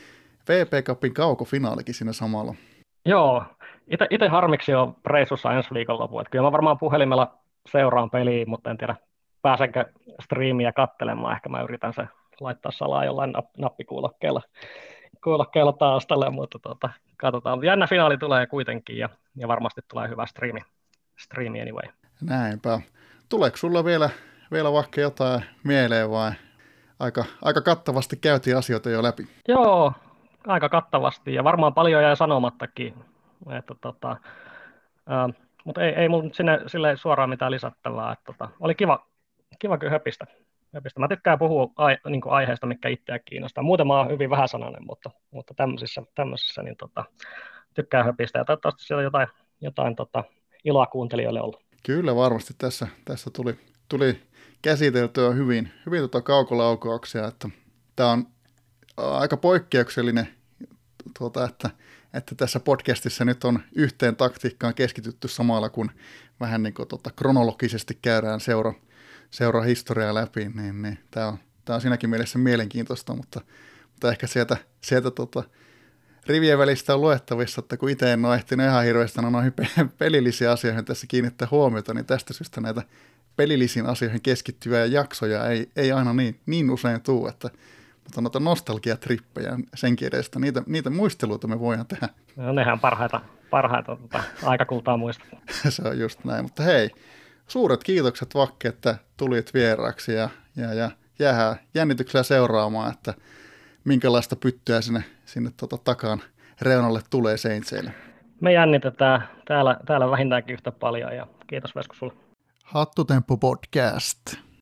V P Cupin kaukofinaalikin siinä samalla. Joo, itse harmiksi on reissussa ensi viikonloppu, että kyllä mä varmaan puhelimella seuraan peliä, mutta en tiedä pääsenkö striimiä katselemaan, ehkä mä yritän se laittaa salaa jollain nappikuulokkeella kuulokkeella taustalle, mutta tota, katsotaan. Jännä finaali tulee kuitenkin ja, ja varmasti tulee hyvä striimi, striimi anyway. Näinpä. Tuleeko sulla vielä, vielä vaikka jotain mieleen vai aika, aika kattavasti käytiin asioita jo läpi? Joo, aika kattavasti ja varmaan paljon jäi sanomattakin, että tota, ää, mutta ei, ei mulla sinne sille suoraan mitään lisättävää. Että tota, oli kiva, kiva kyllä höpistä. höpistä. Mä tykkään puhua ai, niin kuin aiheesta, mikä itseä kiinnostaa. Muuten mä oon hyvin vähäsanainen, mutta, mutta tämmöisissä, tämmöisissä niin tota, tykkään höpistä. Ja toivottavasti siellä on jotain, jotain tota, iloa kuuntelijoille ollut. Kyllä varmasti tässä, tässä tuli, tuli käsiteltyä hyvin, hyvin tuota kaukolaukauksia, että tämä on aika poikkeuksellinen, tuota, että, että tässä podcastissa nyt on yhteen taktiikkaan keskitytty samalla, kun vähän niin kuin tuota, kronologisesti käydään seura, seura historiaa läpi, niin, niin tämä on, tämä on siinäkin mielessä mielenkiintoista, mutta, mutta ehkä sieltä, sieltä tuota, rivien välistä on luettavissa, että kun itse en ole ehtinyt ihan hirveästi noihin pelillisiin asioihin tässä kiinnittää huomiota, niin tästä syystä näitä pelillisiin asioihin keskittyviä jaksoja ei, ei aina niin, niin usein tule, että mutta noita nostalgiatrippejä senkin edestä, niitä, niitä muisteluita me voidaan tehdä. No, nehän parhaita, parhaita tota, aikakultaa muista. Se on just näin, mutta hei, suuret kiitokset Vakke, että tulit vieraaksi ja, ja, ja jäähän jännityksellä seuraamaan, että minkälaista pyttyä sinne, sinne tota takaan reunalle tulee Saintseille. Me jännitetään täällä, täällä vähintäänkin yhtä paljon ja kiitos Vesku sulle. Hattutemppu podcast.